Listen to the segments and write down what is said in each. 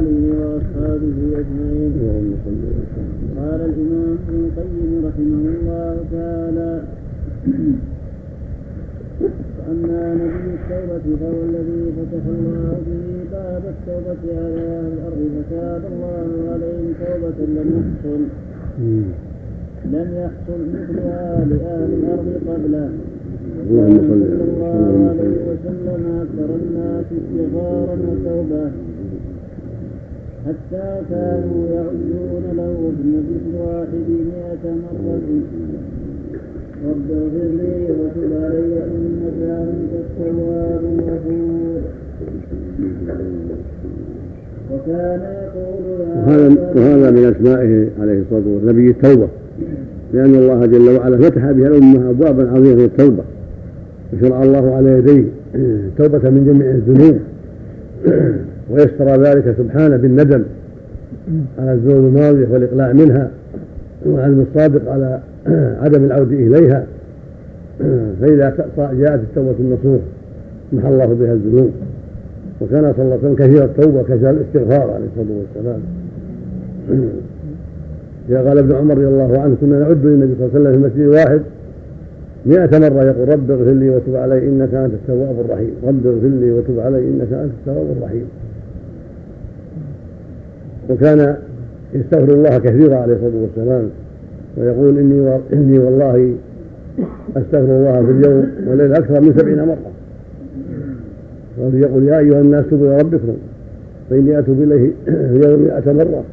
آله وأصحابه أجمعين. قال الإمام ابن القيم رحمه الله تعالى: وأما نبي التوبة فهو الذي فتح الله به باب التوبة على أهل الأرض فتاب الله عليهم توبة لم يحصل مثلها لأهل الأرض قبله. وكان صلى الله عليه وسلم أكثر الناس استغفارا وتوبة حتى كانوا يعودون له في المجلس الواحد 100 مرة: رب اغفر لي وتب علي إنك أنت التواب الغفور. وكان يقول وهذا من أسمائه عليه الصلاة والسلام نبي التوبة، لأن الله جل وعلا فتح بها الأمة أبوابا عظيمة للتوبة، وشرع الله على يديه توبة من جميع الذنوب، ويسر ذلك سبحانه بالندم على الذنوب الماضية والإقلاع منها والعزم الصادق على عدم العودة إليها. فإذا جاءت التوبة النصوح محى الله بها الذنوب. وكان صلى الله عليه وسلم كثير التوبة وكثير الاستغفار عليه الصلاة والسلام. قال ابن عمر رضي الله عنه: كنا نعد للنبي صلى الله عليه وسلم في المسجد الواحد 100 مرة يقول: رب اغفر لي وتب علي إنك أنت التواب الرحيم، رب اغفر لي وتب علي إنك أنت التواب الرحيم. وكان يستغفر الله كثيرا عليه الصلاة والسلام، ويقول: إني والله أستغفر الله في اليوم والليل أكثر من 70 مرة. ويقول: يا أيها الناس توبوا إلى ربكم فإني أتوب إليه في اليوم 100 مرة.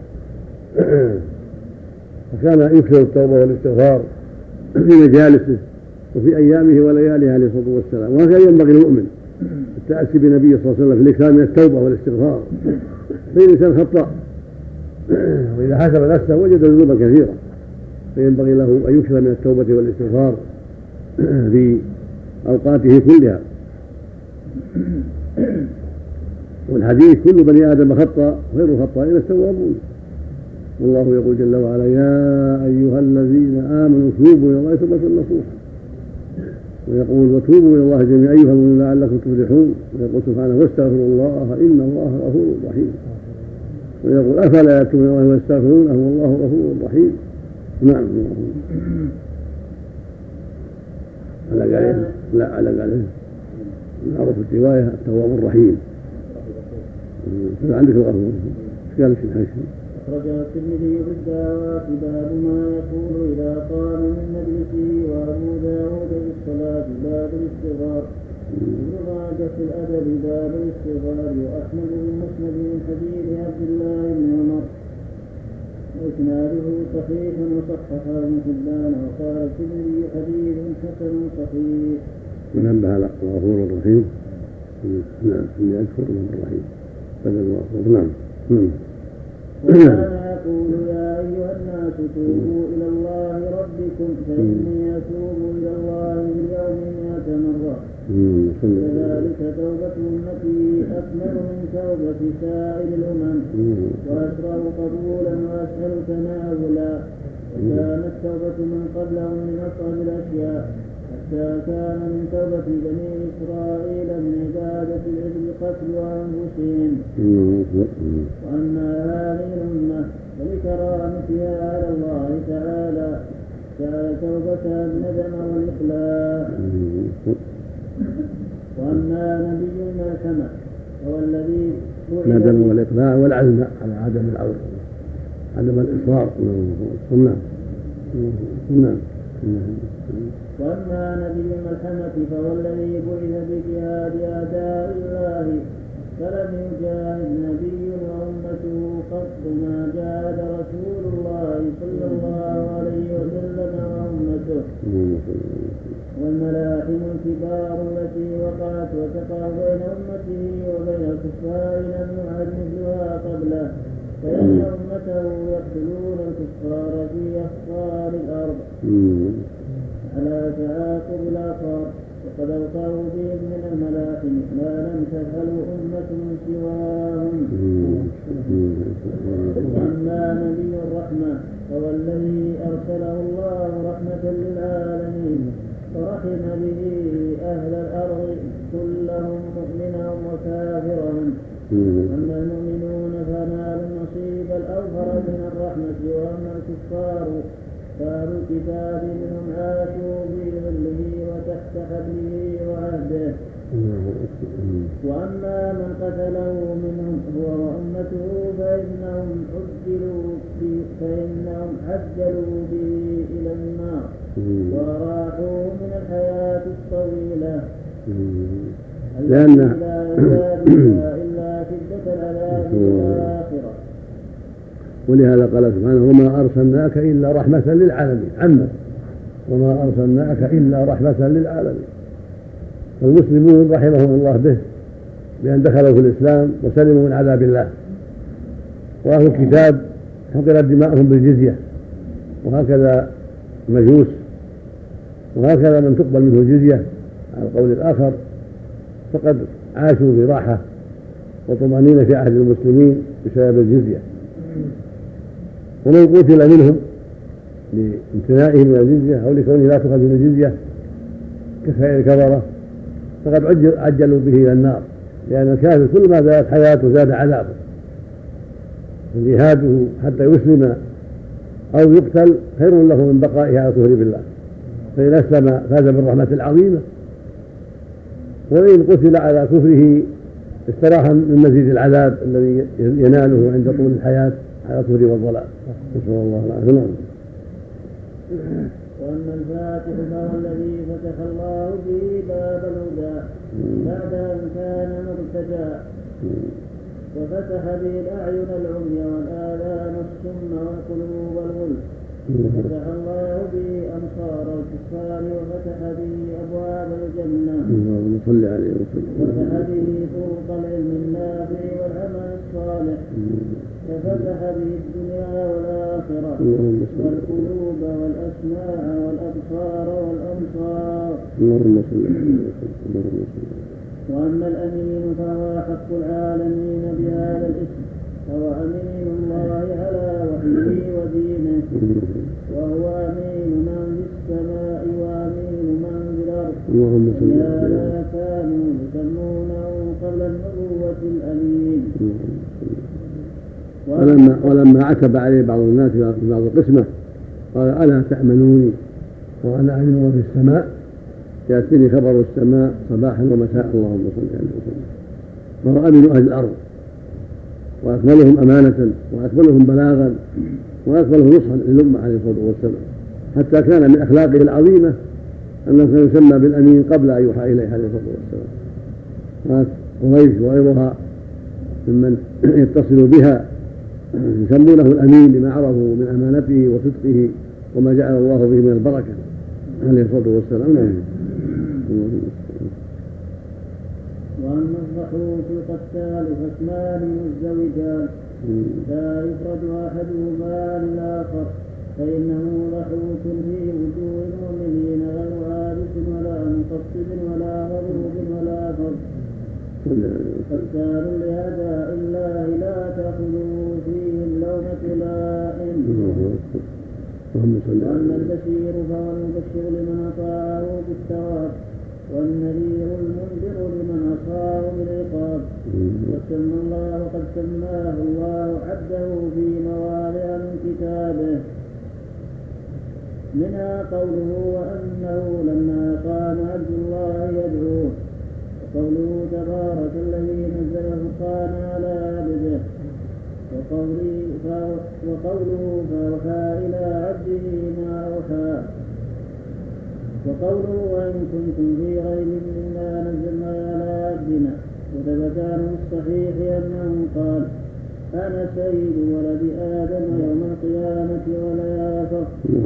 فكان يكثر التوبة والاستغفار في مجالسه وفي أيامه ولياليه عليه الصلاة والسلام. وهكذا ينبغي المؤمن التأسي بنبيه صلى الله عليه وسلم في الإكثار من التوبة والاستغفار. فإن الإنسان خطأ وإذا حسب نفسه وجد ذنوبا كثيرة، فينبغي له أن يكثر من التوبة والاستغفار في أوقاته كلها. والحديث: كل بني آدم خطأ غير الخطائين التوابون. والله يقول جل وعلا: يا أيها الذين آمنوا توبوا إلى الله توبة نصوحا. ويقول: وتوبوا إلى الله جميعا أيها المؤمنون لعلكم تفلحون. ويقول سبحانه: واستغفروا الله إن الله غفور رحيم. ويقول: أفلا يتوبون إلى الله ويستغفرونه والله غفور رحيم. نعم. على قاله لا على قاله معروف الرواية التواب الرحيم. عندك الغفور قال في الحاشية: أخرجه الترمذي في الدعوات باب ما يقول إذا قام من مجلسه، وأبو داود في الصلاة باب الاستغفار، وابن ماجه في الأدب باب الاستغفار، وأحمد بالمسند من حديث عبد الله بن عمر وإسناده صحيح وصححه ابن حبان. وقال الترمذي: حديث حسن صحيح. ونبه على الغفور الرحيم. نعم، إني أذكر الرحيم بدل الغفور. نعم. وكان يقول: يا أيها الناس توبوا إلى الله ربكم فإني أتوب إلى الله في اليوم 100 مرة. كذلك توبة أمتي أكمل من توبة سائر الأمم، وأسرع قبولا وأسهل تناولا. وكانت توبة من قبلهم من أصعب الأشياء، حتى كان من توبة بني إسرائيل من عبادة العجل قتل أنفسهم. وأما هذه الأمة فلكرامتها على الله تعالى جعل توبتها الندم والإقلاع. وأما نبي الملحمة هو الذي الندم والإقلاع والعزم على عدم العودة، عدم الإصرار. وأما نبي الملحمة فهو الذي بعث بجهاد أعداء الله، فلم يجاهد نبي وأمته قط ما جاهد رسول الله صلى الله عليه وسلم وأمته. والملاحم الكبار التي وقعت وتقع بين أمته وبين الكفار لم يعد مثلها قبله، فإن أمته يقتلون الكفار في أخطار الأرض على تعاقب الآثار، وقد أوقعوا بهم من الملاحم ما لم تفعله أمة سواهم. وأما نبي الرحمة هو الذي أرسله الله رحمة للعالمين، فرحم به أهل الأرض كلهم مؤمنهم وكافرهم. أما المؤمنون فما النسل. وأما الكفار فأهل الكتاب منهم عاشوا في ظله وتحت حبله وعهده. وأما من قتله منهم هو وأمته فإنهم عجلوا به إلى النار وراحوا من الحياة الطويلة التي لا يزال إلا شدة العذاب في الآخرة. ولهذا قال سبحانه: وما أرسلناك إلا رحمة للعالمين. عمّ: وما أرسلناك إلا رحمة للعالمين. المسلمون رحمهم الله به بأن دخلوا في الإسلام وسلموا من عذاب الله، وأهل الكتاب حقرت دماءهم بالجزية، وهكذا المجوس، وهكذا من تقبل منه الجزية على القول الآخر فقد عاشوا في راحة وطمأنينة في عهد المسلمين بسبب الجزية. ومن قتل منهم لامتنائه من الجزية أو لكونه لا تؤخذ من الجزية كسائر الكفرة فقد عجلوا به إلى النار، لأن الكافر كل ما زادت حياته زاد عذابه، فجهاده حتى يسلم أو يقتل خير له من بقائه على كفر بالله، فإن أسلم فاز بالرحمة العظيمة، وإن قتل على كفره استراح من مزيد العذاب الذي يناله عند طول الحياة على الكفر والضلال. نسأل الله العافية. وأما الفاتح فهو الذي فتح الله به باب الهدى بعد أن كان مرتجى، وفتح به الأعين العمي والآذان الصم والقلوب الغلف، وفتح الله به أمصار الكفار، وفتح به أبواب الجنة، وفتح به طرق العلم النافع والعمل الصالح، ففتح به الدنيا والآخرة والقلوب والأسماع والأبصار والأمصار. وأما الأمين فهو حق العالمين بهذا الاسم، فهو أمين الله على وحيه ودينه، وهو أمين من في السماء وأمين من في الأرض، ولهذا كانوا يسمونه قبل النبوة الأمين. ولما عتب عليه بعض الناس في بعض القسمة قال: ألا تأمنوني وأنا أمين من في السماء، يأتيني خبر السماء صباحا ومساء، اللهم صل عليه وسلم. وهو أمين أهل الأرض وأكملهم أمانة وأكملهم بلاغا وأكملهم نصحا للأمة عليه الصلاة والسلام، حتى كان من أخلاقه العظيمة أنه كان يسمى بالأمين قبل أن يوحى إليه عليه الصلاة والسلام. قريش وغيرها ممن يتصل بها يسمونه الأمين لما عرفوا من أمانته وصدقه وما جعل الله به من البركة عليه الصلاة والسلام. وأما الضحوك القتال فاسمان مزدوجان لا يفرد أحدهما للآخر، فإنه ضحوك في وجوه المؤمنين غير عابس ولا مقصد ولا مضروب ولا فرد، قتال لأعداء الله لا تأخذوا فيه اللومة لائم. وأما البشير فهو المبشر لمن أطاعه بالثواب، والنذير المنذر لمن عصاه بالعقاب. وقد سماه الله عبده في مواضع من كتابه، منها قوله: وأنه لما قام عبد الله يدعوه، وقوله: تبارك الذي نزل الفرقان على عبده، وقوله: فأوحى إلى عبده ما أوحى، وقوله: وإن كنتم في ريب مما نزلنا على عبدنا. وثبت عنه الصحيح أنه قال: أنا سيد ولد آدم يوم القيامة ولا فخر.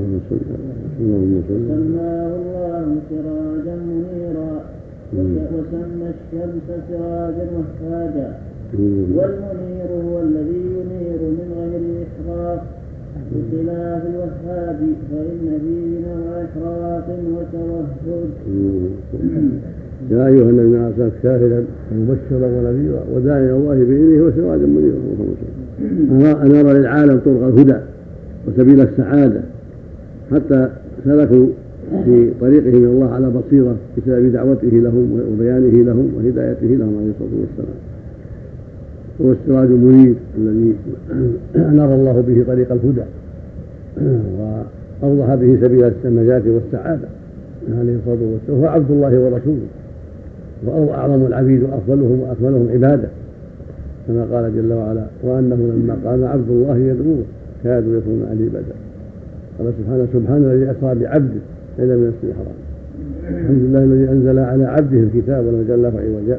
سماه الله سراجا منيرا، وسمى الشمس سراجا وهاجا، والمنير هو الذي ينير من غير إحراق، بخلاف الوهاب فإن فيه نوع إحراق وتوهج. يا أيها الذين آمنوا شاهدا ومبشرا ونذيرا وداعيا إلى الله بإذنه وسراجا منيرا، أنار للعالم طرق الهدى وسبيل السعادة، حتى سلكوا في طريقه من الله على بصيرة بسبب دعوته لهم وبيانه لهم وهدايته لهم عليه الصلاة والسلام. هو السراج المنير الذي أنار الله به طريق الهدى وأوضح به سبيل النجاة والسعادة عليه الصلاة والسلام. هو عبد الله ورسوله وهو أعظم العبيد وأفضلهم وأكملهم عبادة كما قال جل وعلا وأنه لما قام عبد الله يدعوه كادوا يكونون عليه بدلا. قال سبحان الذي أسرى بعبده إلى من المسجد الحرام. الحمد لله الذي أنزل على عبده الكتاب ولم يجعل له عوجا.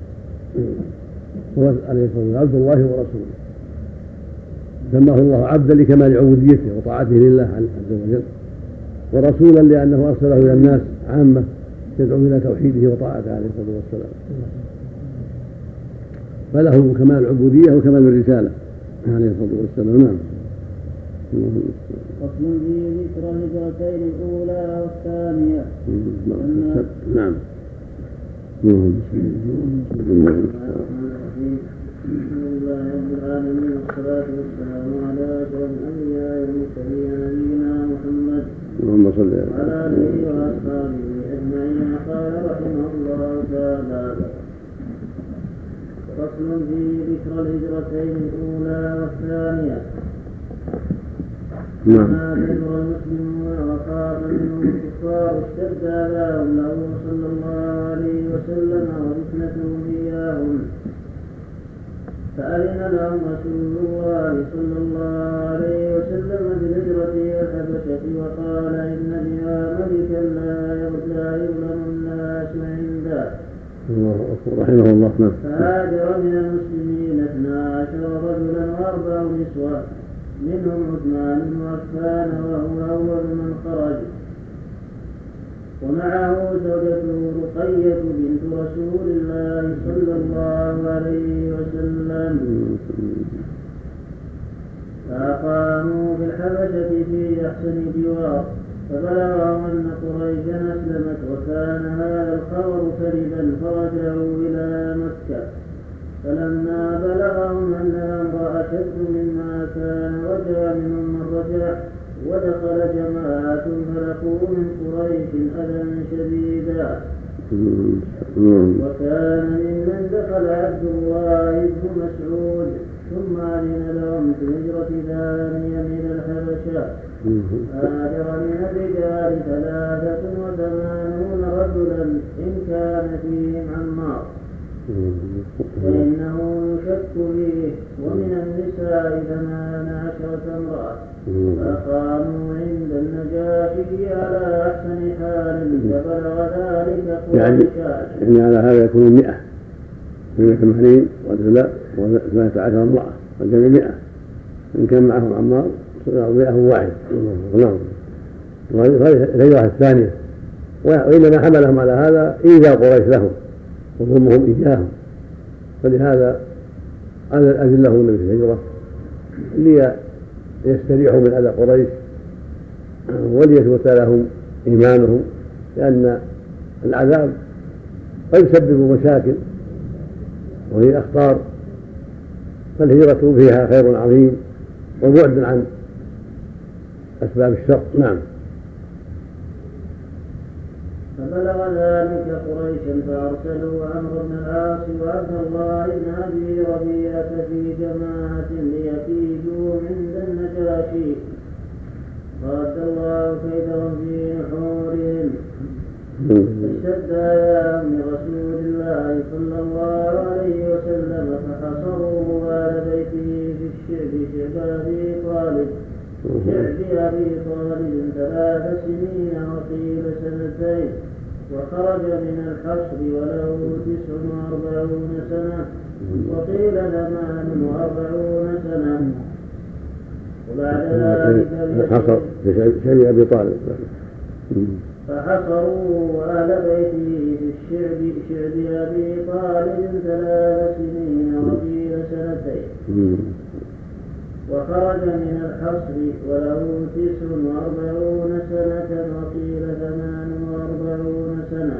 هو عليه الصلاة والسلام عبد الله ورسوله سماه الله عبدا لكمال عبوديته وطاعته لله عز وجل ورسولا لأنه أرسله إلى الناس عامة يدعو إلى توحيده وطاعته عليه الصلاة والسلام فله كمال العبودية وكمال الرسالة عليه الصلاة والسلام. نعم. فصل في ذكر الهجرتين الأولى والثانية. نعم. بسم الله رب العالمين والصلاة والسلام على أشرف الأنبياء والمرسلين نبينا محمد وعلى آله وأصحابه أجمعين. قال رحمه الله تعالى فصل في ذكر الهجرتين الأولى والثانية. ما ذكر المسلمون وخاف منهم الكفار اشتد أذاهم له صلى الله عليه وسلم وفتنتهم إياهم فأذن لهم رسول الله صلى الله عليه وسلم بالهجرة إلى الحبشة وقال إن بها ملكا لا يظلم الناس عنده. رحمه الله. فهاجر من المسلمين 12 رجلا و4 نسوة منهم عثمان بن عفان وهو أول من خرج ومعه زوجته رقية بنت رسول الله صلى الله عليه وسلم فأقاموا في الحبشة في أحسن جوار فبلغهم أن قريشا أسلمت وكان هذا الخبر كذبا فرجعوا إلى مكة فلما بلغهم أنها امرأة أشد مما كان رجع منهم من رجع ودخل جماعة فلقوا من قريش أذى شديدا وكان ممن دخل عبد الله بن مسعود ثم أذن لهم في الهجرة ثانيا إلى الحبشة. هاجر من الرجال 83 رجلا إن كان فيهم عمار فإنه يشك فيه ومن النساء 18 امرأة فقاموا عند النجاشي على أحسن حال فبلغ ذلك قريشا يعني على هذا يكون 100 من 80 رجلا و18 امرأة والجميع 100 إن كان معهم عمار صار 101. نعم. الهجرة الثانية وإنما حملهم على هذا إيذاء قريش لهم وظلمهم إياهم فلهذا أذن له النبي في الهجرة ليستريحوا من أذى قريش وليثبت لهم إيمانهم لأن العذاب قد يسبب مشاكل وهي أخطار فالهجرة فيها خير عظيم وبعد عن أسباب الشر. نعم. فبلغ ذلك قريشا فأرسلوا عمرو بن العاص وعبد الله بن أبي ربيعة في جماعة ليكيدوا عند النجاشي فرد الله كيدهم في نحورهم فاشتد أيام رسول الله صلى الله عليه وسلم فحصروه وآل بيته في الشعب شعب أبي طالب 3 سنين وقيل 2 وخرج من الحصر وله 49 سنة وقيل 48 سنة وبعد ذلك حصر شعب أبي طالب فحصروا أهل بيته في الشعب شعب أبي طالب 3 سنين وقيل 2 وخرج من الحصر وله 49 سنة وقيل 48 سنة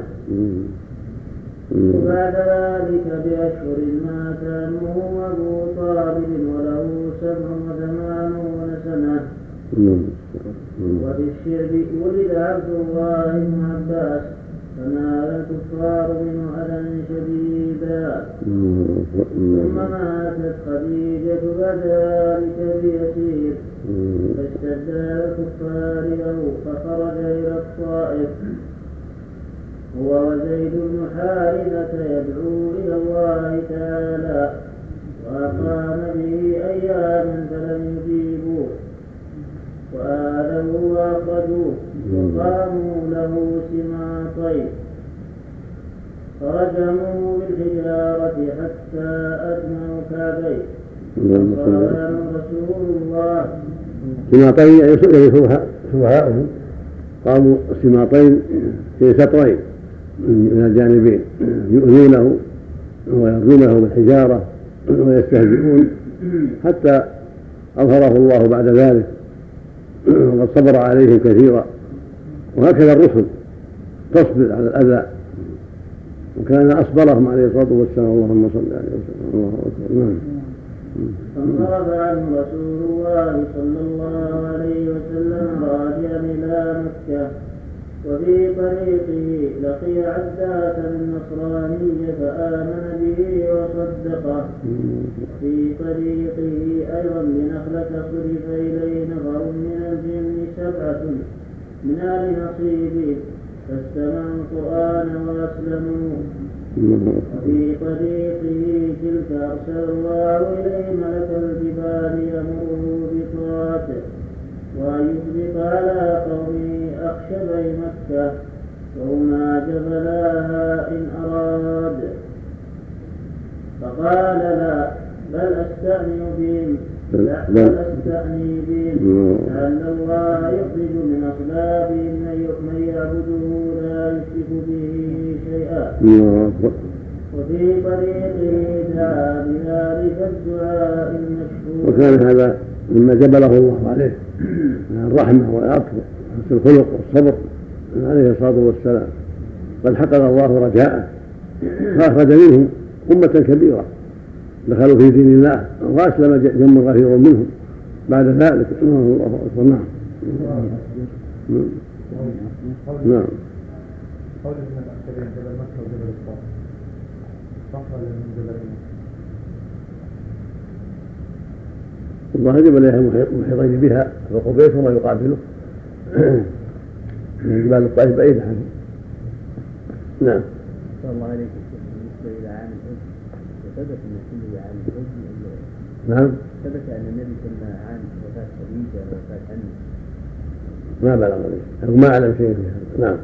وبعد ذلك بأشهر مات أمه أبو طالب وله 87 سنة وفي الشعب ولد عبد الله بن عباس فنال الكفار منه أذى شديدا. ثم ماتت خديجة بعد ذلك بيسير فاشتد الكفار له فخرج إلى الطائف هو وزيد بن حارثة يدعو إلى الله تعالى، وأقام به أياما فلم يجيبوه وآلوا وأخرجوه وقاموا له سماطين فرجموا بالحجارة حتى أدموا كعبيه فقال رسول الله سماطين يعني سفهاؤهم قاموا سماطين في سطرين من الجانبين يؤذونه ويرجونه بالحجارة ويستهزئون حتى أظهره الله بعد ذلك وقد صبر عليهم كثيرا. وهكذا الرسل تصبر على الأذى وكان أصبرهم عليه الصلاة والسلام. اللهم صل عليه وسلم. الله أكبر. فانصرف عنه رسول الله صلى الله عليه وسلم راجعا إلى مكة، وفي طريقه لقي عداة النصراني فآمن به وصدقه. وفي طريقه أيضا بنخلة صرف إليه نفر من الجن 7 من آل نصيب فاستمعوا القرآن وأسلموا. وفي طريقه تلك أرسل الله إليه ملك الجبال يأمره بطاعته وأن يسبق على قومه أخشبي مكة وهما جبلاها إن أراد، فقال لا بل أستأني بهم لعل الله يخرج من أصلابهم من يعبده لا يشرك به شيئا. وفي طريقه دعا بذلك الدعاء المشهور. وكان هذا مما جبله الله عليه من الرحمة والعطف وحسن الخلق والصبر عليه الصلاة والسلام. قد حقق الله رجاءه فأخرج منهم أمة كبيرة دخلوا في دين الله وأسلم جم غفير منهم بعد ذلك. الله أكبر. نعم. نعم. قول ابن الأخرين جبل مكة وجبل الطائف صح ولا من جبلين؟ الله جبلها محيطين بها وقبيل وما يقابله من جبال الطائف بعيد عنه. نعم. صلى الله عليه وسلم بالنسبة إلى عام الحج ثبت أن كله عام الحج. نعم. ثبت أن النبي صلى عام وفاة خديجة وفاة عنه. ما بلغ عليه ما أعلم شيء في هذا. نعم.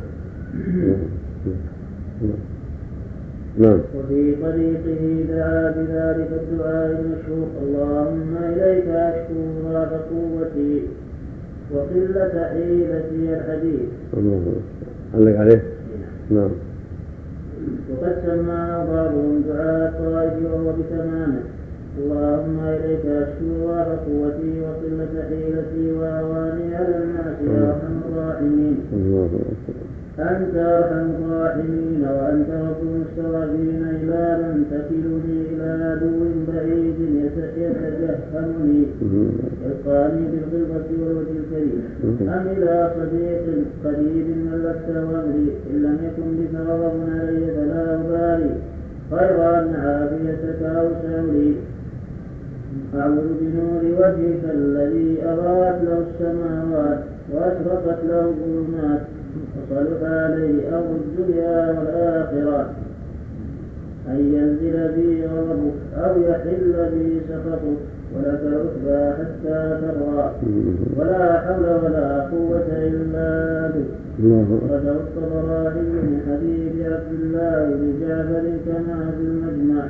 نعم. وفي طريقه دعا بذلك الدعاء المشهور اللهم إليك أشكو ضعف قوتي وقلة حيلتي الحديث. الله علق عليه. نعم. وقد سمى بعضهم دعاء الطائف وهو بتمامه اللهم إليك أشكو ضعف قوتي وقلة حيلتي وأواني على الناس يا أرحم الراحمين. أنت أرحم الراحمين وأنت رب المستضعفين إلى من تكلني إلى عدو بعيد يتجهمني يلقاني بالغلظة والوجه الكريم أم إلى صديق قريب ملكته أمري إن لم يكن بك غضب علي فلا أبالي خير أن عافيتك أوسع لي. أعوذ بنور وجهك الذي أضاءت له السماوات وأشرقت له الظلمات وصلح عليه أمر الدنيا والآخرة أن ينزل بي غضبك أو يحل بي سخطك ولك العتبى حتى ترضى ولا حول ولا قوة إلا بك. أخرجه الطبراني من حديث عبد الله بن جعفر كما في المجمع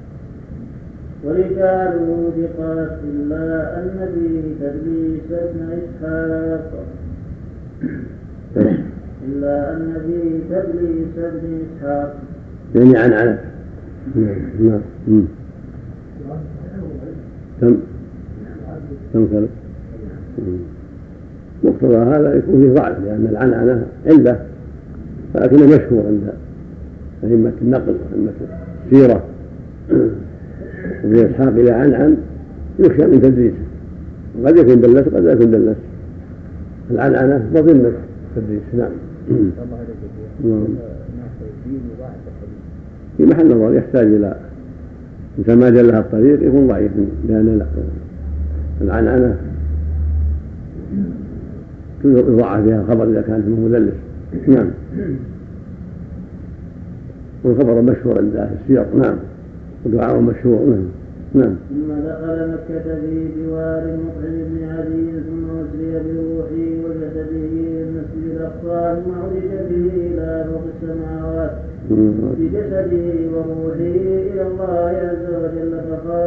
ورجاله ثقات إلا أن فيه تدليس ابن إسحاق يعني عن نعم. كم كلام مقتضى هذا يكون فيه ضعف لأن العنعنة علة ولكنه مشهور عند أئمة النقل وأئمة السيرة وفي إسحاق إلى عنعن يخشى من تدريسه وقد يكون دلس وقد يكون دلس العنعنة مظنة تدريس. نعم. الله عليك الدين وضعف الحديث؟ في محل نظر، يحتاج إلى إذا ما جاء لها الطريق يكون ضعيف، لأن العنعنة يضاعف فيها الخبر إذا كان اسمه مدلس. نعم. والخبر مشهور عند أهل السير. نعم. ودعاء مشهور. نعم. ثم دخل مكة في جوار مطعم بن عدي ثم أسري بروحه وجسده إلى المسجد الأقصى ثم عرج به إلى فوق السماوات بجسده وروحه إلى الله عز وجل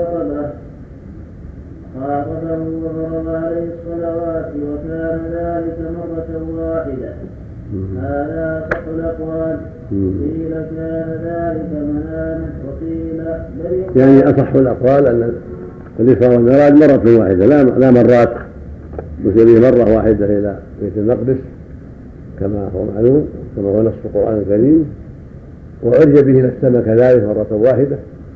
فخاطبه وفرض عليه الصلوات وكان ذلك مرة واحدة. هذا صح الأقوال. قيل كان ذلك مناما وقيل يعني أصح الأقوال أن الإسراء والمعراج مرة واحدة لا مرات، مثل مرة واحدة إلى بيت المقدس كما هو معلوم كما هو نص القرآن الكريم، وعرج به إلى السماء كذلك مرة واحدة.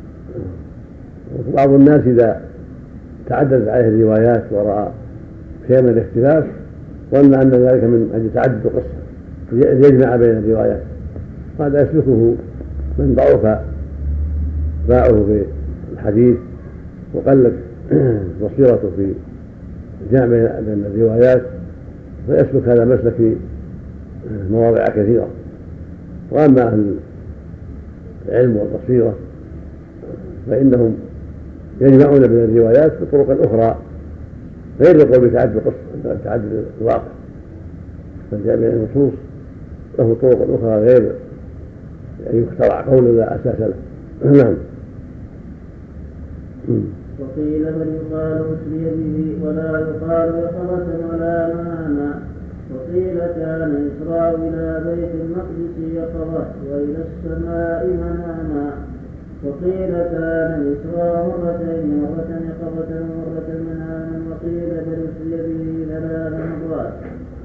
وبعض الناس إذا تعددت عليه الروايات ورأى شيئا من الاختلاف ظن أن ذلك من أجل تعدد القصة ليجمع بين الروايات. هذا يسلكه من ضعف باعه في الحديث وقلت بصيرته في الجمع بين الروايات، فيسلك هذا مسلك في مواضع كثيرة. وأما أهل العلم والبصيرة فإنهم يجمعون بين الروايات بطرق أخرى غير القول بتعدد القصة تعدد الواقع، فالجمع بين النصوص له طرق أخرى غير يخترع قول لا أساس له. نعم. وقيل بل يقال أسري به ولا يقال يقظة ولا مناما. وقيل كان إسراء إلى بيت المقدس يقظة وإلى السماء مناما. وقيل كان الإسراء مرتين، مرة يقظة ومرة مناما. وقيل بل أسري به 3 مرات.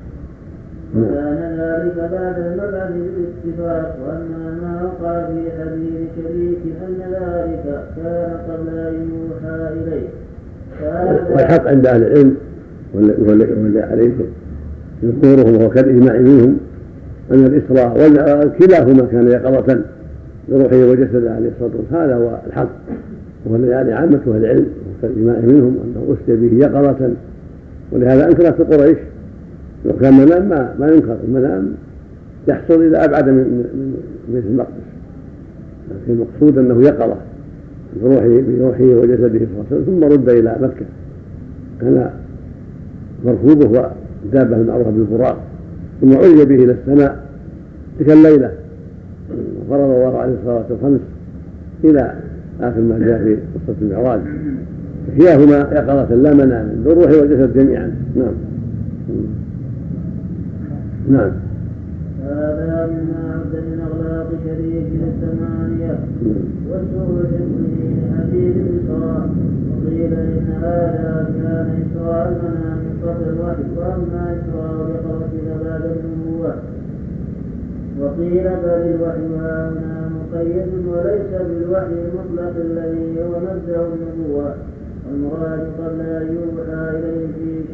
وكان ذلك بعد المبعث بالاتفاق. وأما ما وقع في حديث شريك أن ذلك كان قبل أن يوحى إليه. والحق عند أهل العلم والذي عليه جمهورهم وهو كالإجماع منهم أن الإسراء والمعراج كلاهما كان يقظة بروحه وجسده عليه الصلاة والسلام. هذا هو الحق وهو الذي عليه عامة أهل العلم كالإجماع منهم أنه أسري به يقظة. ولهذا أنكرت قريش. لو كان منام ما ينكر، المنام يحصل إذا أبعد من بيت المقدس، لكن المقصود أنه يقظة بروحه وجسده صلى الله عليه وسلم ثم رد إلى مكة. كان مركوبه ودابة المعروفة بالبراق، ثم عرج به إلى السماء تلك الليلة، فرض الله عليه الصلاة والسلام إلى آخر ما جاء في قصة المعراج. كلاهما يقظة لا منام بالروح والجسد جميعا. نعم. نعم. هذا مما عد من أغلاق شريك 8 وسوء حفظه لحديث الإسراء. وقيل إن هذا كان إسراء المنام قبل الوحي، وأما إسراء اليقظة بعد النبوة. وقيل بل الوحي هنا مقيد وليس بالوحي المطلق الذي هو مبدأ النبوة، والمراد قبل أن يوحى إليه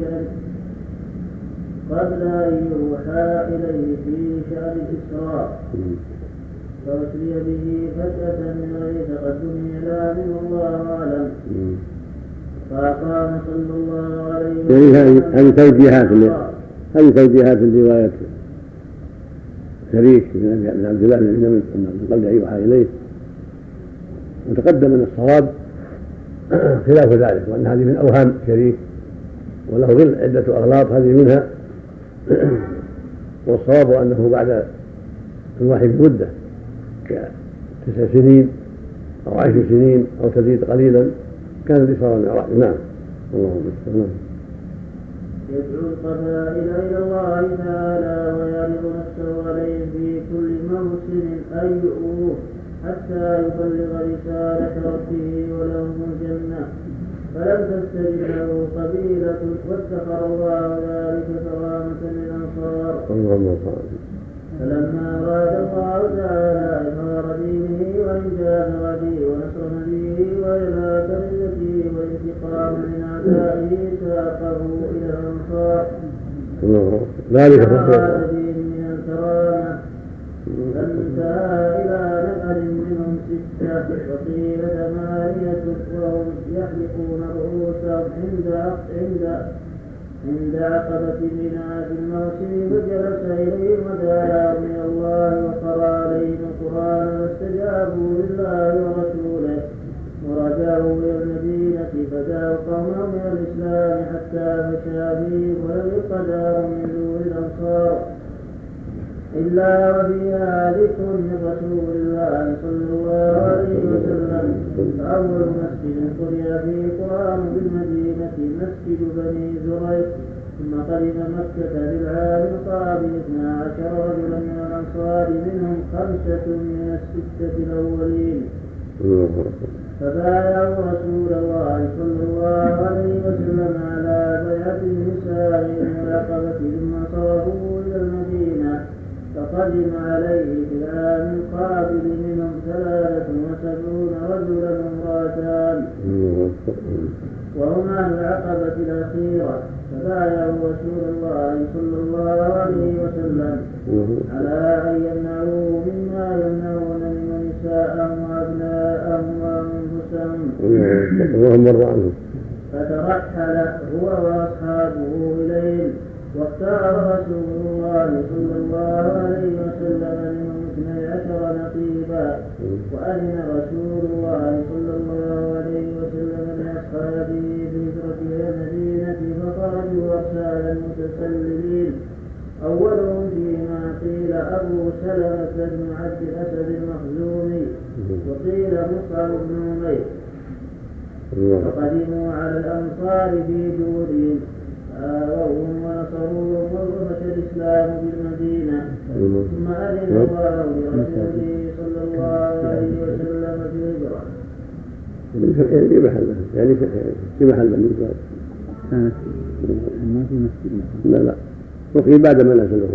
في شأن الإسراء. فأسري به فجأة من غير تقدم إعلان والله أعلم. فأقام صلى الله عليه وسلم. هذه توجيهات الرواية شريك بن عبد الله بن قبل أن يوحى إليه. وتقدم من الصواب خلاف ذلك، وأن هذه من أوهام شريك وله عدة أغلاط هذه منها. والصواب أنه بعد الوحي بمدة ك9 سنين أو 10 سنين أو تزيد قليلا كان الإسراء والمعراج. نعم. اللهم صل. يدعو القبائل إلى الله تعالى ويعرض نفسه عليه في كل موسم أن يؤوه حتى يبلغ رسالة ربه ولهم الجنة، فلم تستجب له قبيلة واتخذ الله ذلك كرامة للأنصار. فلما أراد الله تعالى إظهار دينه وإنجاز وعده ونصر نبيه وإلهاك عزته والانتقام من أعدائه ساقه إلى الأنصار. ذلك هذا دين من الكرامة فانتهى 6 وقيل 8 وهم يحلقون رؤوسهم عند عقبة منى في الموسم فجلس إليهم ودعاهم إلى الله وقرأ عليهم القرآن فاستجابوا لله ورسوله ورجعوا إلى المدينة فدعوا قومهم إلى الإسلام حتى مشى بهم ولم يبق دار من دون الأنصار إلا وفيها ذكر من رسول الله صلى الله عليه وسلم. فأول مسجد قرئ فيه القرآن بالمدينة مسجد بني زريق ثم قدم مكة بالعام القابل 12 رجلا من الأنصار منهم 5 من 6 الأولين فبايعوا رسول الله صلى الله عليه وسلم على بيعة النساء والعقبة ثم صرفوا إلى المدينة فقدم عليه في العام القابل منهم 73 رجلا وامرأتان وهم أهل العقبة الأخيرة فبايعوا رسول الله صلى الله عليه وسلم على أن يمنعوه مما يمنعون من نساءهم وأبناءهم وأنفسهم فترحل هو وأصحابه إليهم واختار رسول الله صلى الله عليه وسلم منهم 12 نقيبا وأذن رسول الله صلى الله عليه وسلم لأصحابه بهجرة إلى المدينة فخرجوا أرسالا متسللين أولهم فيما قيل أبو سلمة بن عبد الأسد المخزومي وقيل مصعب بن عمير فقدموا على الأنصار في جودهم آووهم ونصروهم وظهر الإسلام بالمدينة ثم أذن الله لرسوله صلى الله عليه وسلم بالهجرة. يعني في محل بني إسرائيل ما في مسجد لا وقيل بعد ما نزلوا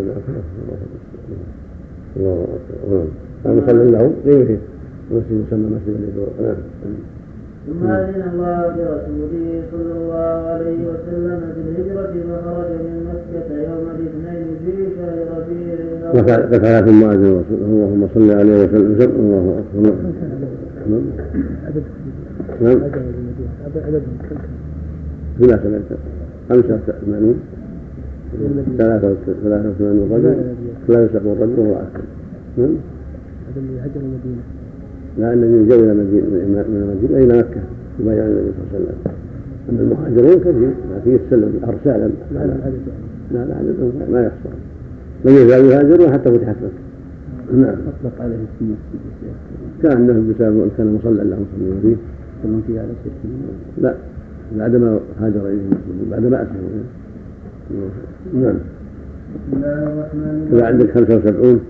الله أكبر صلى له غيره مسجد يسمى مسجد بني إسرائيل. ثم أذن الله لرسوله صلى الله عليه وسلم بالهجرة فخرج من مكة يوم الاثنين في شهر ربيع الأول. ذكر ثم أذن الرسول اللهم صل عليه وسلم الله أكبر. نعم ثلاثة 85 83 رجل 73 رجل وأكثر. نعم هذا اللي هجر المدينة لا الذين جاءوا إلى المدينة إلى مكة يبايعون النبي صلى الله عليه وسلم. أما المهاجرون كثير لكن يتسلم أرسالا لا ما يحصل لم يزالوا يهاجرون حتى فتحت مكة. نعم أطلق عليه اسم المسجد كان له بسبب كان مصلى لهم صلى الله عليه وسلم فيه على شيء لا بعدما هاجر إليه المسلمين بعد ما أسلموا. نعم بسم الله الرحمن إذا عندك 75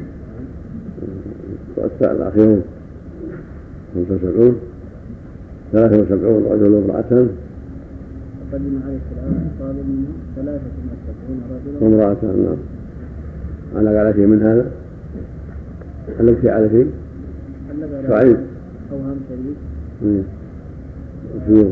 الأخيرون 75 73 رجل وامرأتان قدم عليه السلام قال منهم 73 رجلا وامرأتان. نعم علق على شيء من هذا علق شيء على شيء شعيب أوهم شريك وقيل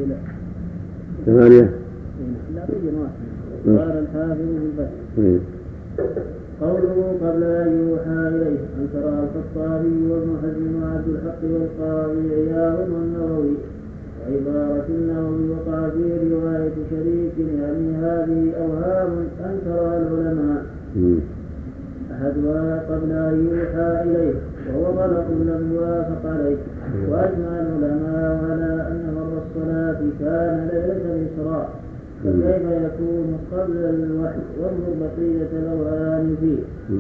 8 لا بين واحد قال الحافظ في البحث قوله قبل أن يوحى إليه أن ترى الخطابي وابن حزم وعبد الحق والقاضي عياض والنووي وعبارة النووي وقع في رواية شريك يعني هذه أوهام أن ترى العلماء أحدها قبل أن يوحى إليه وهو غلط لم يوافق عليه وأجمع العلماء على أن مر الصلاة كان ليلة الإسراء فكيف يكون قبل الوحي وانظر بقية الأوهام فيه.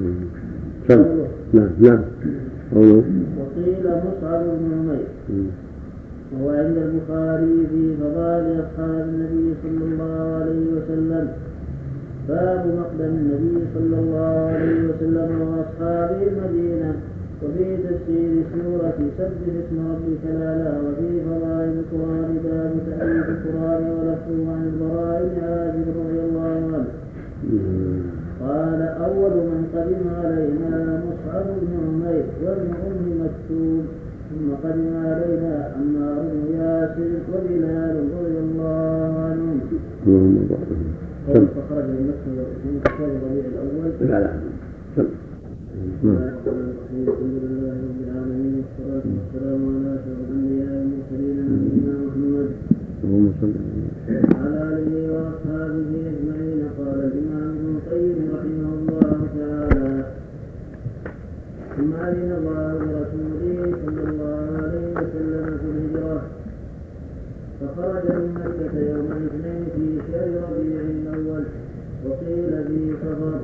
نعم وقيل مصعب بن عمير وهو عند البخاري في فضائل أصحاب النبي صلى الله عليه وسلم باب مقدم النبي صلى الله عليه وسلم وأصحابه المدينة وفي تفسير سورة سبح اسم ربك الأعلى وفي فضائل القرآن باب تأليف القرآن ولفظه عن البراء بن عازب رضي الله عنه قال أول من قدم علينا مصعب بن عمير وابن أم مكتوم ثم قدم علينا عمار بن ياسر وبلال رضي الله عنهم. فخرج من مكة في شهر ربيع الأول. الحمد لله رب العالمين والصلاة وعلى آله وأصحابه أجمعين. قال الإمام ابن القيم رحمه الله تعالى: ثم أذن الله لرسوله صلى الله عليه وسلم في الهجرة، فخرج من مكة يوم الاثنين في شهر ربيع الأول، وقيل في صفر،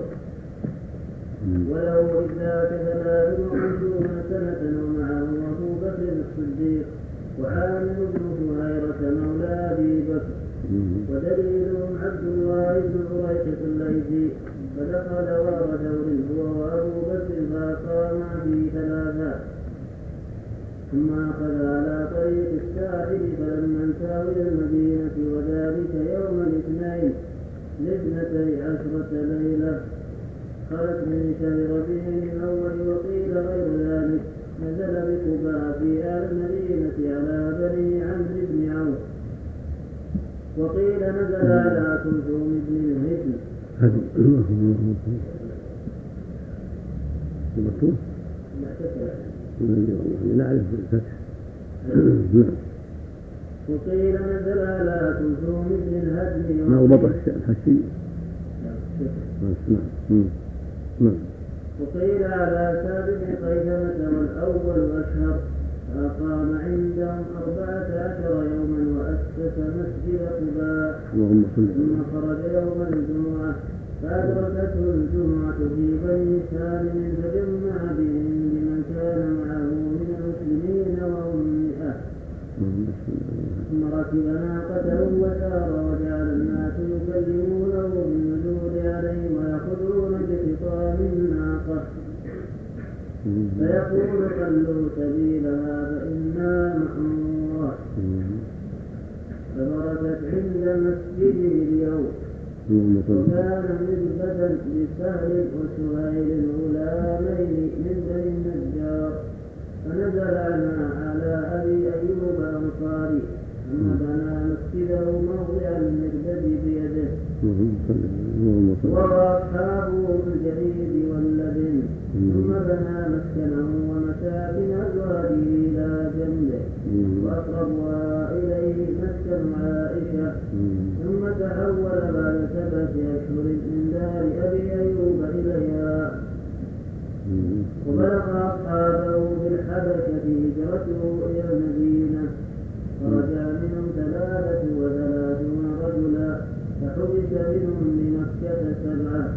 وله إذ ذاك 23 سنة، ومعه أبو بكر الصديق وعامر بن زهيرة مولى أبي بكر، ودليلهم عبد الله بن عريقة الليثي، فدخل وار دور هو وأبو بكر فأقاما فيه 3، ثم أخذ على طريق الساحل، فلما انتهوا إلى المدينة وذلك يوم الاثنين ل12 ليلة خلت من شهر ربيع الأول، وقيل غير ذلك نزل بقباء في أهل المدينة على بني عمرو بن عوف، وقيل نزل على كلثوم بن الهجل. وقيل نزل على كلثوم بن الهجل. ما وضع الحشي. وقيل على سعد بن قيثمة والأول أشهر، فأقام عندهم 14 يوما وأسس مسجد قباء، ثم خرج يوم الجمعة فأدركته الجمعة في بني سالم، فجمع بهم بمن كان معه من المسلمين وهم 100، ثم ركب ناقته وسار، وجعل الناس يكلمونه بالنزول عليهم ويأخذون بخطام الناقة، فيقول: خلوا سبيلها فإنا مأمورة. فبركت عند مسجده اليوم، وكان نسبة لسهل وسهيل غلامين من بني النجار، فنزل على أبي أيوب الأنصاري، ثم بنى مسجده موضع المربد بيده، وأصحابه بالجريد واللبن، ثم بنى مسكنه ومساكن أزواجه إلى جنبه، وأقربها إليه مسكن عائشة، ثم تحول بعد 7 أشهر من دار أبي أيوب إليها، وبلغ أصحابه بالحبشة هجرته إلى المدينة، فرجع منهم 33 رجلا، فحبس منهم بمكة 7،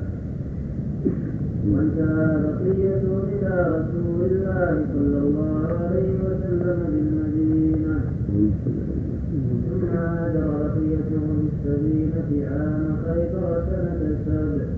وانتهى بقيتهم إلى رسول الله صلى الله عليه وسلم بالمدينة، ثم هاجر بقيتهم بالسفينة عام خيبر سنة 7.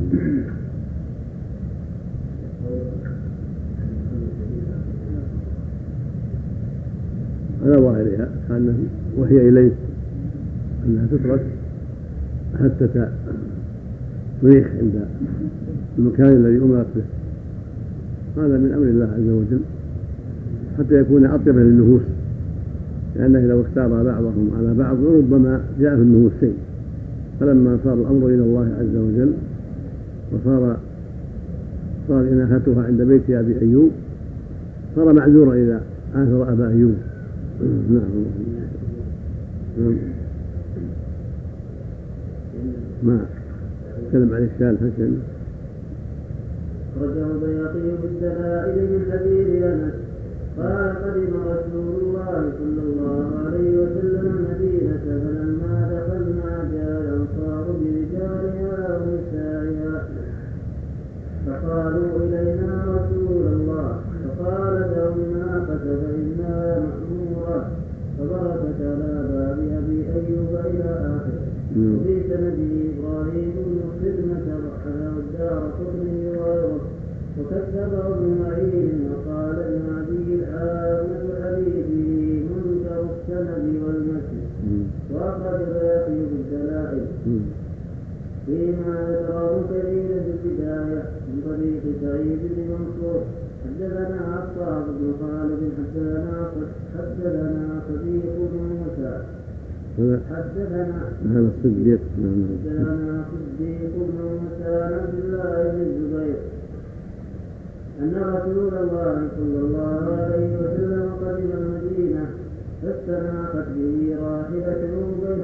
على ظاهرها كان وهي إليه أنها تترك حتى تريح عند المكان الذي أمرت به، هذا من أمر الله عز وجل حتى يكون أطيب للنفوس، لأنه لو اختار بعضهم على بعض ربما جاء في النفوس شيء، فلما صار الأمر إلى الله عز وجل وصار إناثتها عند بيت أبي أيوب صار معذورا إذا آثر أبا أيوب. ما تكلم عن الشال حسن. رجع البياقي بالدلائل من حديث أنس قال: قدم رسول الله صلى الله عليه وسلم المدينة، فلما دخلنا جاء الأنصار برجالها ونسائها، فقالوا: إلينا رسول الله، فقال: دعوا الناقة فإنها مأمورة، فبركت على باب أبي أيوب إلى آخره. وفي سنده إبراهيم بن خدمة وحده الدارقطني وغيره، وكذبه ابن معين، وقال المهدي العامة حديثه منكر السند والمتن، وأخرج البياقي بالدلائل فيما ذكره كثير في البداية من طريق سعيد بن منصور حدثنا عطاء بن خالد حدثنا صديق بن موسى حدثنا صديق بن موسى عبد الله بن الزبير أن رسول الله صلى الله عليه وسلم قدم المدينة، فاستناقت به راحلته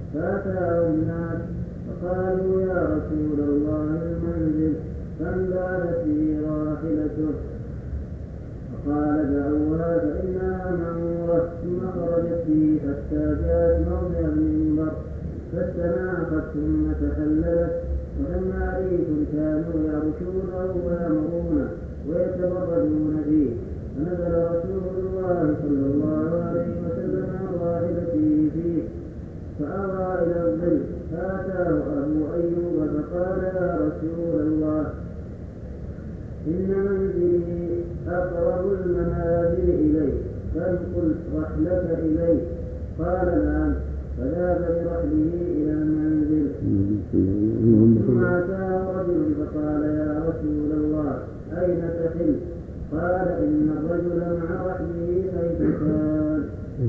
فأتاه الناس فقالوا يا رسول الله المنزل فانبالت به راحلته فقال دعوها فإنها مأمورة ثم خرجت به حتى جاءت موضع المنبر فاستناقت ثم تحللت وثم عريس كانوا يعرشونه ويأمرونه ويتبردون فيه فنزل رسول الله صلى الله عليه وسلم عن راحلته فيه فأوى إلى الظل فأتاه أبو أيوب فقال يا رسول الله إن منزلي أقرب المنازل إلي فانقل رحلك إلي قال نعم فذهب برحله إلى المنزل ثم أتاه رجل فقال يا رسول الله أين تحل قال إن الرجل مع رحله حيث كان.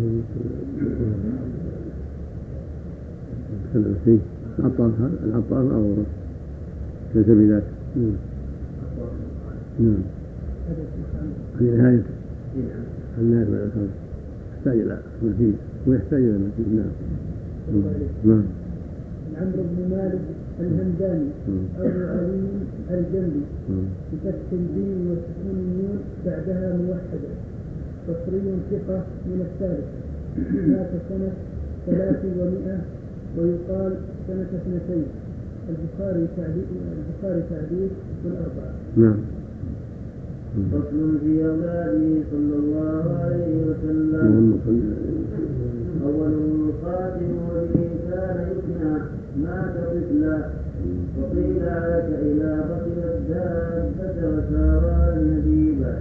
العطار أو ليس بذاك. نعم. هذه نهاية النهاية من الأخر يحتاج إلى مزيد ويحتاج إلى مزيد. نعم. نعم. عمرو بن مالك الهمداني أبو علي الجنبي بفتح الدين وسكون النون بعدها موحدة بصري ثقة من الثالث مات سنة 300 ويقال سنة 2. البخاري تعديل والأربعة. نعم. فصل في أولاده صلى الله عليه وسلم. أوله خاتم وبه كان يكنى مات طفلا وقيل عاش إلى ركب الدابة وسار النبيبة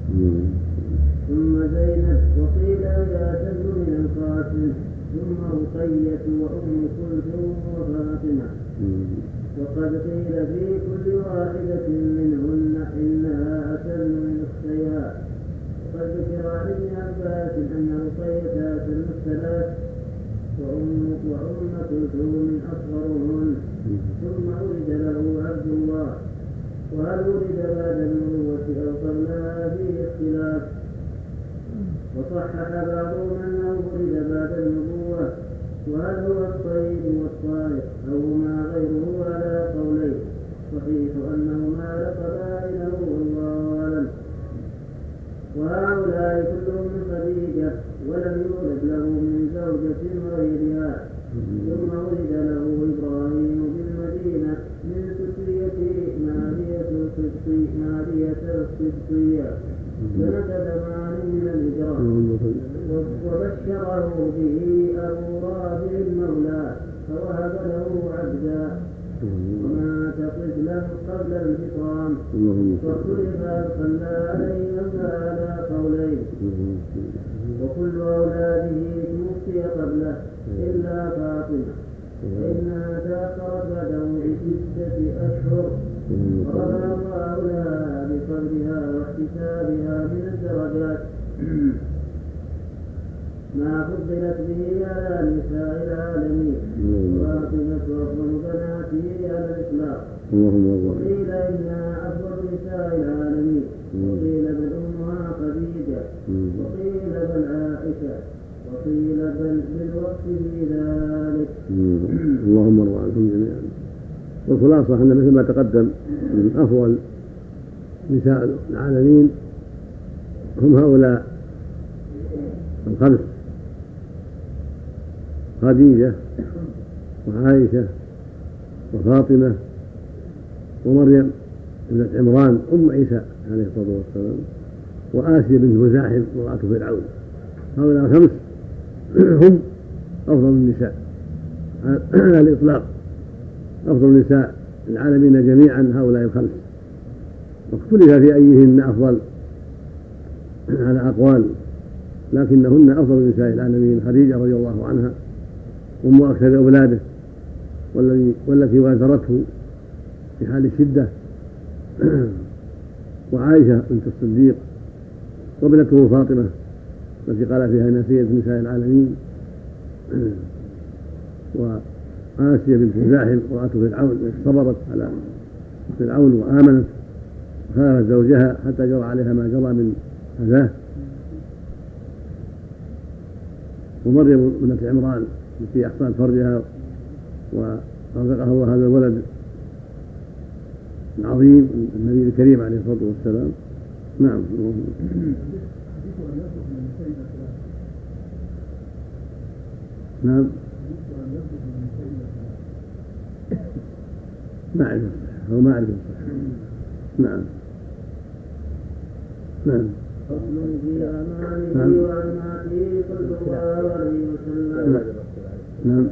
ثم زينب وقيل إذا تبن من القاسم ثم رقية وأم كلثوم وفاطمة وقد قيل في كل واحدة منهن إنها أسن من أختيها وقد ذكر عن ابن عباس أن رقية أسن الثلاث وأم كلثوم أصغرهن ثم ولد له عبد الله وهل ولد بعد النبوة أو قبلها فيه اختلاف وصحح بعضهم أنه ولد بعد النبوة وهل هو الطيب والطارق أو ما غيره على قولين صحيح أنهما لقبا له والله أعلم. وهؤلاء كلهم من خديجة ولم يولد له من زوجة غيرها ثم ولد له إبراهيم بالمدينة من سترية مارية القبطية سنة 8 من الهجرة وبشره به أبو رافع المولى فوهب له عبدا ومات طفلا قبل الفطام واختلف صلى عليه على قولين وكل أولاده توفي قبله إلا فاطمة فإنها تأخرت بعده ب6 أشهر ورفع الله لها بقدرها واحتسابها من الدرجات ما فضلت به على نساء العالمين فاطمة أفضل بناته على الإطلاق وقيل إنها أفضل نساء العالمين وقيل بل أمها خديجة وقيل بل عائشة وقيل بل بالوقت في ذلك. اللهم ارضى عنهم جميعا. والخلاصة أن مثل ما تقدم من أفضل نساء العالمين هم هؤلاء الخمس: خديجة وعائشة وفاطمة ومريم ابنة عمران أم عيسى عليه الصلاة والسلام وآسيا بنت مزاحم امرأة فرعون. هؤلاء الخمس هم أفضل النساء على الإطلاق، أفضل نساء العالمين جميعا هؤلاء الخمس، واختلف في أيهن أفضل على أقوال، لكنهن أفضل نساء العالمين. خديجة رضي الله عنها أم أكثر أولاده والتي وازرته في حال الشدة، وعائشة بنت الصديق وابنته فاطمة التي قال فيها نسية نساء العالمين، وآسيا بنت مزاحم امرأة فرعون التي صبرت على فرعون وآمنت وخالفت زوجها حتى جرى عليها ما جرى من أذاه، ومريم ابنة عمران في أحصان فرجها ورزقها الله هذا الولد العظيم النبي الكريم عليه الصلاة والسلام. نعم. نعم ما أعرف هو ما أعرف. نعم. نعم. فصل في أمانه وأمانته صلى الله عليه وسلم. نعم.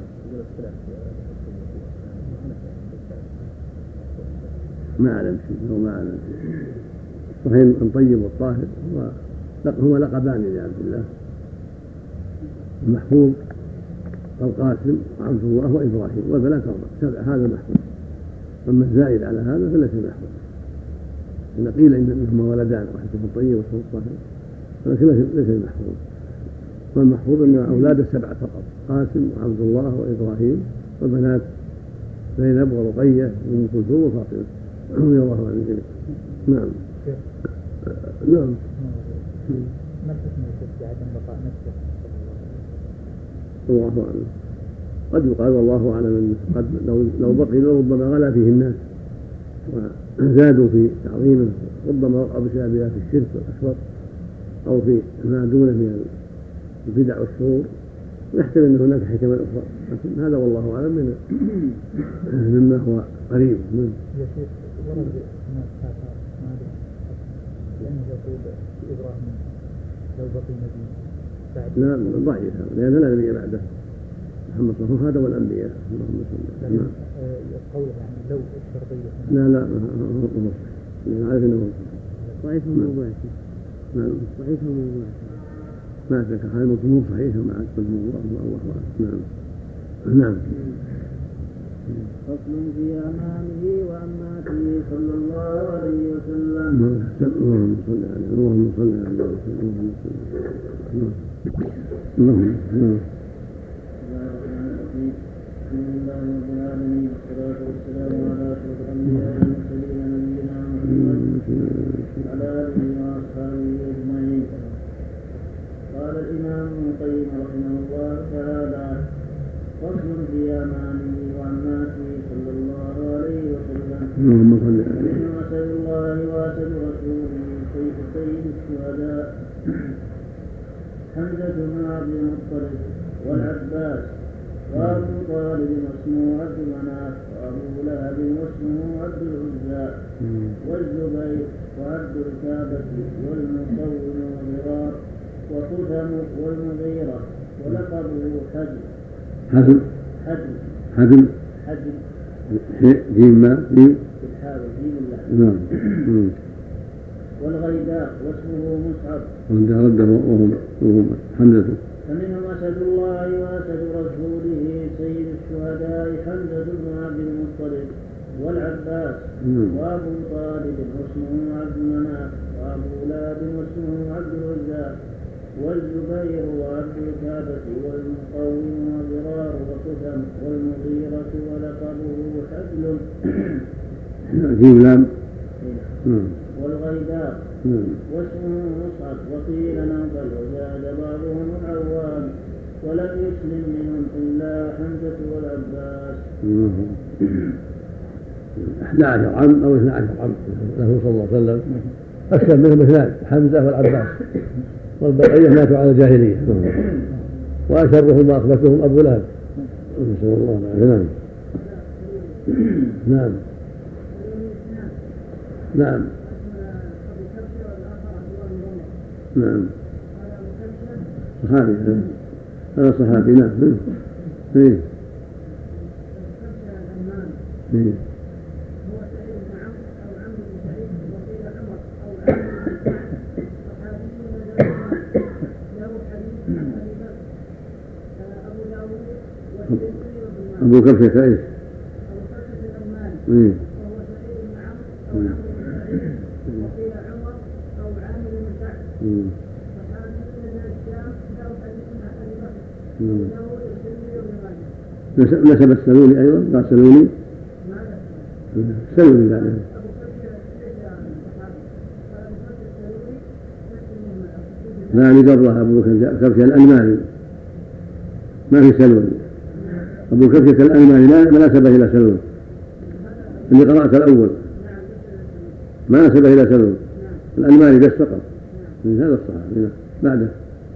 ما أعلم شيء هو ما أعلم شيء. صحيح الطيب والطاهر هو لقبان لعبد الله المحفوظ القاسم وعبد الله وإبراهيم والبنات 7 هذا محفوظ. أما الزائد على هذا فليس محفوظ. إن قيل إن منهما ولدان واحد اسمه الطيب واسمه الطاهر ولكن ليس محفوظ. والمحفوظ أن أولاد 7 فقط قاسم وعبد الله وإبراهيم والبنات زينب ورقية وأم كلثوم وفاطمة رضي الله عنهم جميعا. نعم. نعم. ما الحكم في عدم بقاء نفسه؟ الله أعلم. قد يقال والله أعلم أنه قد لو بقي ربما غلا فيه الناس وزادوا في تعظيمه، ربما وقعوا بسببها في الشرك والأكبر أو في ما دونه من البدع والشرور، ويحتمل أن هناك حكمة أخرى، لكن هذا والله أعلم مما هو قريب. يا شيخ ورد هناك آثار مالك لأنه يقول إبراهيم لو بقي نبي بعد. لا ضعيف لأن لا نبي بعده محمد صلى الله عليه وسلم، هذا والأنبياء. اللهم صل على محمد. قوله يعني لو الشرطية. لا أنا عارف أنه ضعيف الموضوع. نعم ضعيف الموضوع. ما شك هذا الموضوع صحيح مع الموضوع الله أعلم. نعم. فصل في أمانه وأماته صلى الله عليه وسلم. اللهم صل عليه اللهم صل عليه اللهم صل اللهم بسم الله رب العالمين والصلاة والسلام على أشرف الأنبياء والمرسلين نبينا محمد وعلى آله وأصحابه أجمعين. قال الإمام ابن القيم رحمه الله تعالى: فصل في أمانه وأماته صلى الله عليه وسلم. اللهم صل عليه. ومن أسأل الله وأسأل رسوله سيد الشهداء حمزة بن عبد المطلب والعباس وأبو طالب واسمه عبد مناف وأبو لهب واسمه عبد العزى والزبير وعبد الكعبة والمصور وضرار وخثم والمغيرة ولقبه حجر. جيم ما جيم الله. والغيداء واسمه مصعب وهم حمزة. فمنهم أسد الله وأسد رسوله سيد الشهداء حمزة بن عبد المطلب والعباس وأبو طالب واسمه عبد مناف وأبو لهب واسمه عبد العزى والزبير وعبد الكعبة والمقوم وضرار وخثم والمغيرة ولقبه حبل جيم لام والغيداء واسمه مصعب وقيل نوفل وزاد بعضهم العوام ولم يسلم منهم إلا حمزة والعباس. 11 عم أو 12 عم له صلى الله عليه وسلم، أكثر منهم 2 حمزة والعباس، والبقية ماتوا على الجاهلية، وأشرهم وأخبثهم أبو لهب نسأل الله العافية. نعم نعم نعم صحابي هذا صحابي. نعم ايه ايه أبو كبشة كويس. ايه نسب السلولي أيضا قال سلولي سلولي بعد لا يعني قبلها أبو كبشة الألماني ما في سلولي. أبو كبشة الألماني ما نسبه إلى سلول، اللي قرأت الأول ما نسبه إلى سلول، الألماني بس فقط من هذا الصحابي بعده.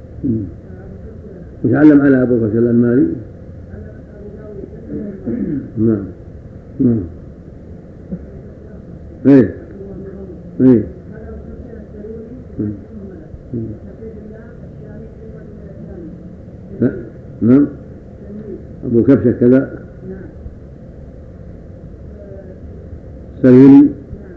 وتعلم على أبو كبشة الألماني. نعم نعم ايه ايه نعم أبو كبشة كذا سلولي.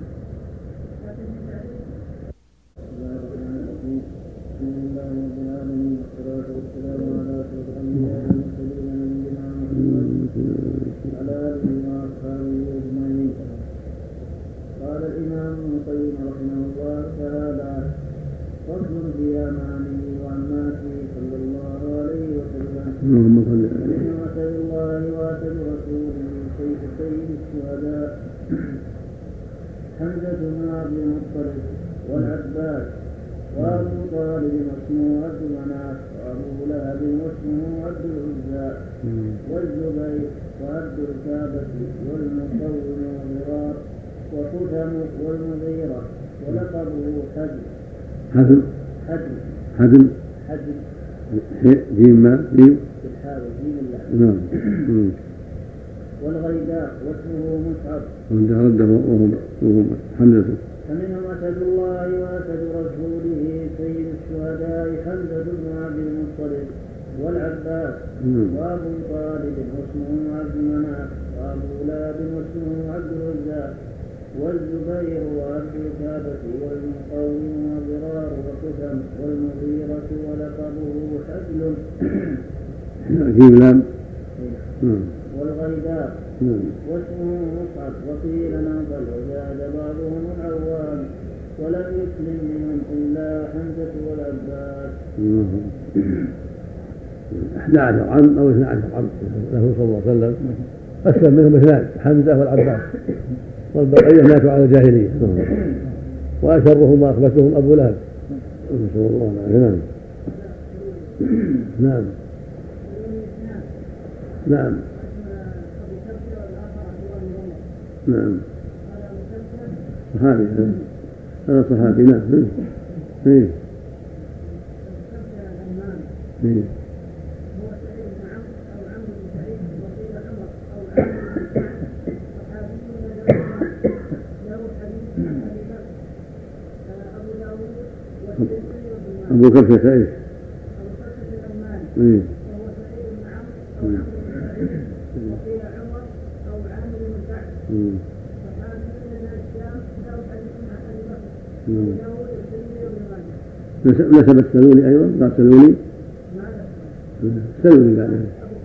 قال الإمام ابن القيم رحمه الله تعالى: فصل في أمانه وعماته صلى الله عليه وسلم. اللهم صل على ومن وسل الله وسل رسوله سيد الشهداء حمزة بن عبد المطلب والعباس وأبو طالب واسمه عبد مناف وأبو لهب واسمه عبد العزى والزبير وعبد الكعبة والمقوم وضرار وخثم والمغيرة ولقبه حجم جيم ما جيم بالحاء جيم الله. نعم. والغيداء واسمه مصعب رده وهم حمزة. فمنهم أسد الله وأسد رسوله سيد الشهداء حمزة بن عبد المطلب والعباس وأبو طالب واسمه عبد مناف وأبو لهب واسمه عبد العزى والزبير وعبد الكعبة والمقوم وضرار وخثم والمغيرة ولقبه حجل والغيداء واسمه مصعب وقيل نوفل وزاد بعضهم العوام ولم يسلم منهم إلا حمزة والعباس. 11 عام أو 12 عام له صلى الله عليه وسلم، أسلم منهم 2 حمزة والعباس، والبقية ماتوا على الجاهلية، وأشرهم وأخبثهم أبو لهب نسأل الله العافية. نعم نعم نعم صحابي هذا صحابي. نعم ايه ايه أبو كبشة إيش؟ إيه. نسب السلولي أيضا قال سلولي قال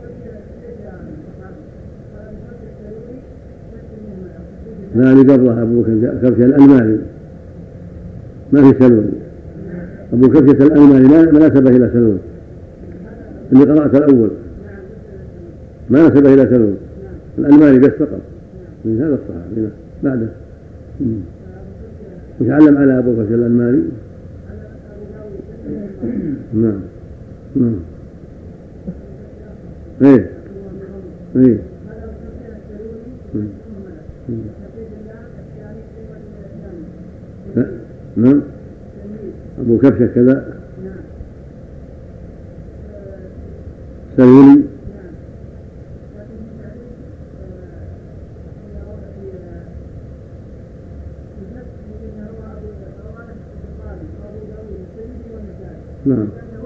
لا قبلها أبو كبشة الألماني ما في سلولي. أبو كبشة الألماني ما نسبه إلى سلول، اللي قرأت الأول ما نسبه إلى سلول، الألماني بس فقط من هذا الصحابي بعده. وتعلم على أبو كبشة الألماني. نعم نعم ايه ايه نعم أبو كبشة كذا سلولي. نعم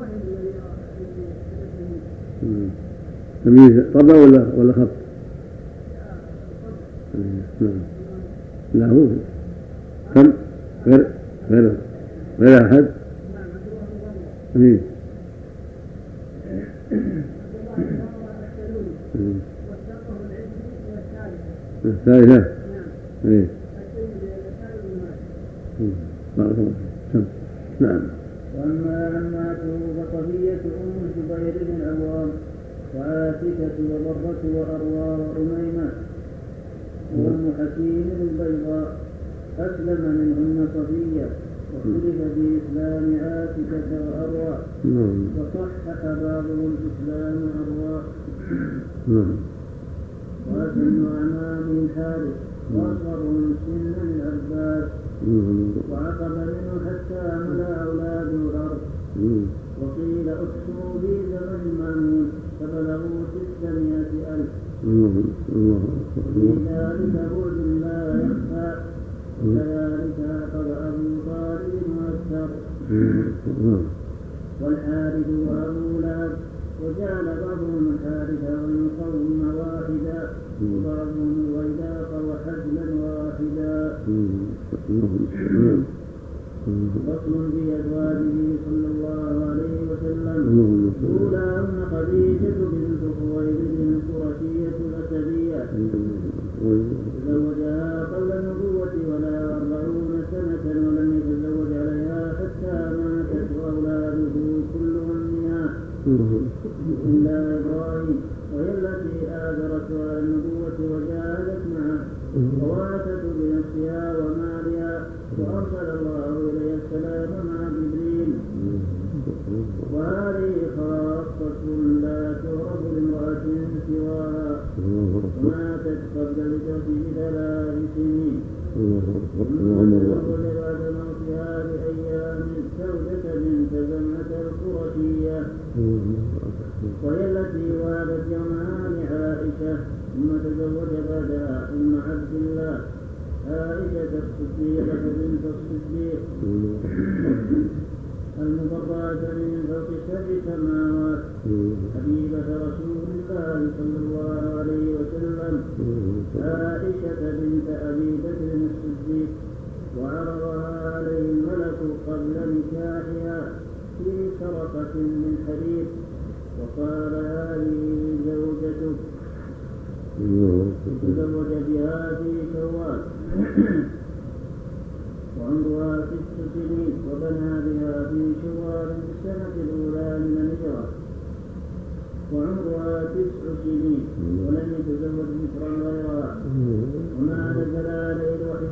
تمييز طبع ولا خط؟ نعم لا هو كم غير أحد. إيه الثالثة. إيه بارك الله فيك. نعم. وأما عماته فصفية أم الزبير بن العوام وعاتكة وضرة وأروى وأميمة وأم حكيم البيضاء أسلم منهن صفية واختلف في إسلام عاتكة وأروى وصحح بعضهم إسلام أروى وأسن أعمام الحارث وأصغرهم سنا العباس وعقب منه حتى ملا أولاد الأرض وقيل أكثروا في زمن المأمون فبلغوا 600,000 وفي ذلك بعد لا يخفى وكذلك عقب أبو طالب وأكثر والحارث وأولاد وجعل بعضهم الحارث والقوم واحدا وبعضهم الغيلاق وحزلا واحدا. فصل في أزواجه صلى الله عليه وسلم أولاهن خديجة بنت خويلد القرشية الأسدية تزوجها قبل النبوة ولا 40 سنة ولم يتزوج عليها حتى ماتت وأولاده كلهم منها إلا إبراهيم وهي التي آثرت على النبوة وجاهدت معه وواتت بنفسها ومالها وأرسل الله إليها السلام مع جبريل. وهذه خاصة لا تعرف لامرأة سواها وماتت قبل الجهل ب3 سنين وتزوج بعد موتها بأيام سودة بنت زمعة القرشية وهي التي وهبت يومها لعائشة ثم تزوج بعدها عبد الله عائشة الصديقة بنت الصديق المبرأة من فوق 7 سماوات حبيبة رسول الله صلى الله عليه وسلم عائشة بنت أبي بكر الصديق وعرضها عليه الملك قبل نكاحها في سرقة من حديد وقال هذه زوجتك تزوج بها في شوال وعمرها 6 سنين وبنى بها في شوال في السنة الأولى من الهجرة وعمرها 9 سنين ولم يتزوج ذكرا غيرها وما نزل عليه الوحي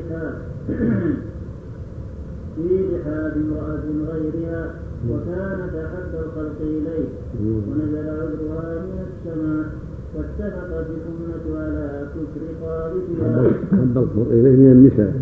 في لحاف امرأة غيرها وكانت أحب الخلق إليه ونزل عذرها من السماء واتفقت الأمة على كفر خالقها. أحب الخلق إليه من النساء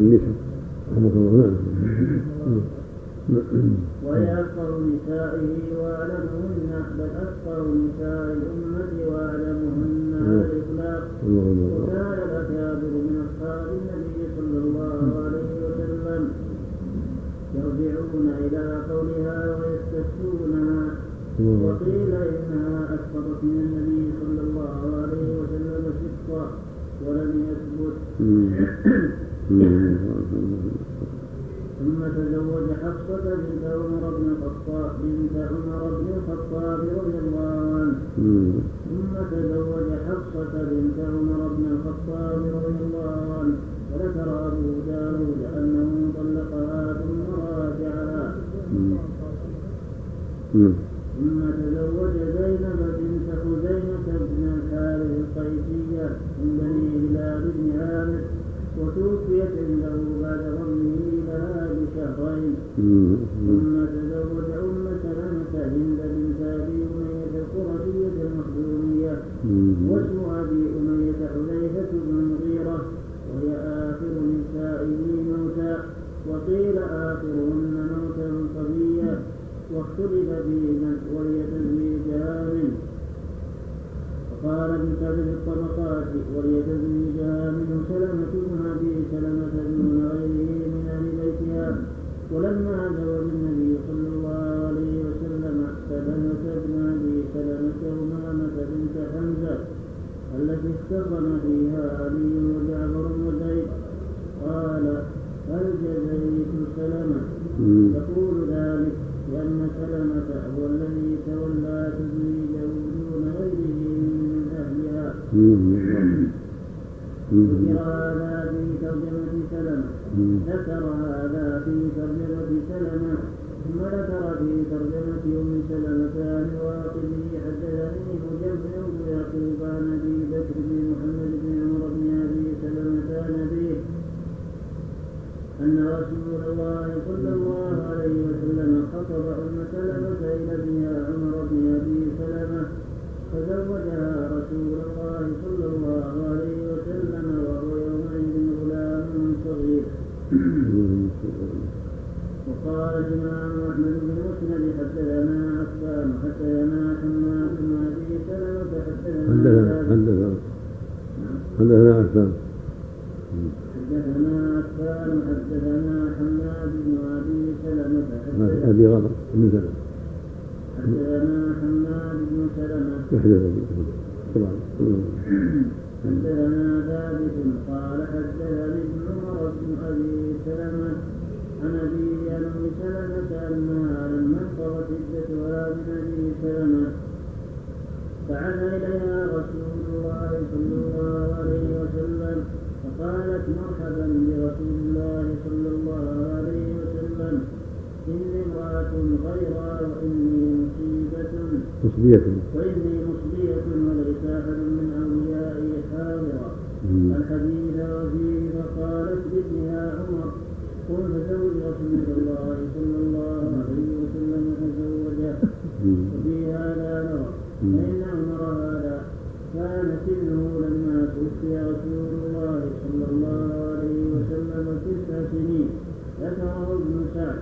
وهي أفقه نسائه وأعلمهن بل أفقه نساء الأمة وأعلمهن على الإطلاق. وكان الأكابر من أصحاب النبي صلى الله عليه وسلم يرجعون إلى قولها ويستفتونها وقيل إنها أسقطت من النبي صلى الله عليه وسلم سقطا ولم يثبت. ثم تزوج حفصة بنت عمر بن الخطاب رضي الله عنه وذكر أبو داود أنه طلقها ثم راجعها. ثم تزوج زينب بنت خزيمة بن الحارث القيسية من بني هلال بن عامر وتوفيت عنده بعد ظنه لها ب2 ثم تزوج سلمة هند بنت أبي أمية القرشية المخزومية واسم أبي أمية حذيفة بن المغيرة وهي آخر نسائه موتا وقيل آخرهن موتا صبيا واختلف بين وهي تزويجها منه وقال ابن سعد في الطبقات وهي تزويجها منه سلمة بن أبي سلمة دون غيره من أهل بيتها. ولما زوج النبي صلى الله عليه وسلم سلمة بن أبي سلمة أمامة بنت حمزة التي اختصم فيها علي وجعفر وزيد قال هل جزيت سلمة يقول ذلك لأن سلمة هو الذي تولى تزويجه دون غيره من أهلها. ذكر هذا في ترجمة سلمة ثم ذكر في ترجمة أم سلمة عن واقده حدثني مجمع ويعقوب عن أبي بكر بن محمد بن عمر بن أبي سلمة عن أبيه أن رسول الله صلى الله عليه وسلم خطب أم سلمة إلى ابنها عمر بن أبي سلمة فزوجها رسول الله صلى الله عليه وسلم وهو يومئذ غلام صغير. وقال الإمام أحمد بن مسند حدثنا عفان حدثنا حماد بن أبي سلمة حدثنا عفان حدثنا حماد بن أبي سلمة أبي غضب بن سلمة حدثنا حماد بن سلمة طبعا حدثنا ثابت قال حدثني ابن عمر بن أبي سلمة عن أبي أم سلمة أنها لما انقضت عدتها من أبي سلمة بعث إليها رسول الله صلى الله عليه وسلم فقالت مرحبا برسول الله صلى الله عليه وسلم إني امرأة غيرا وإني مصيبة وليس أحد من أوليائي حاضرا الحديث وفيه فقالت لابنها عمر قل فزوج رسول الله صلى الله عليه وسلم فزوجه. وفي هذا نظر فإن عمر هذا كان سنه لما توفي رسول الله صلى الله عليه وسلم 9 سنين ذكره ابن سعد.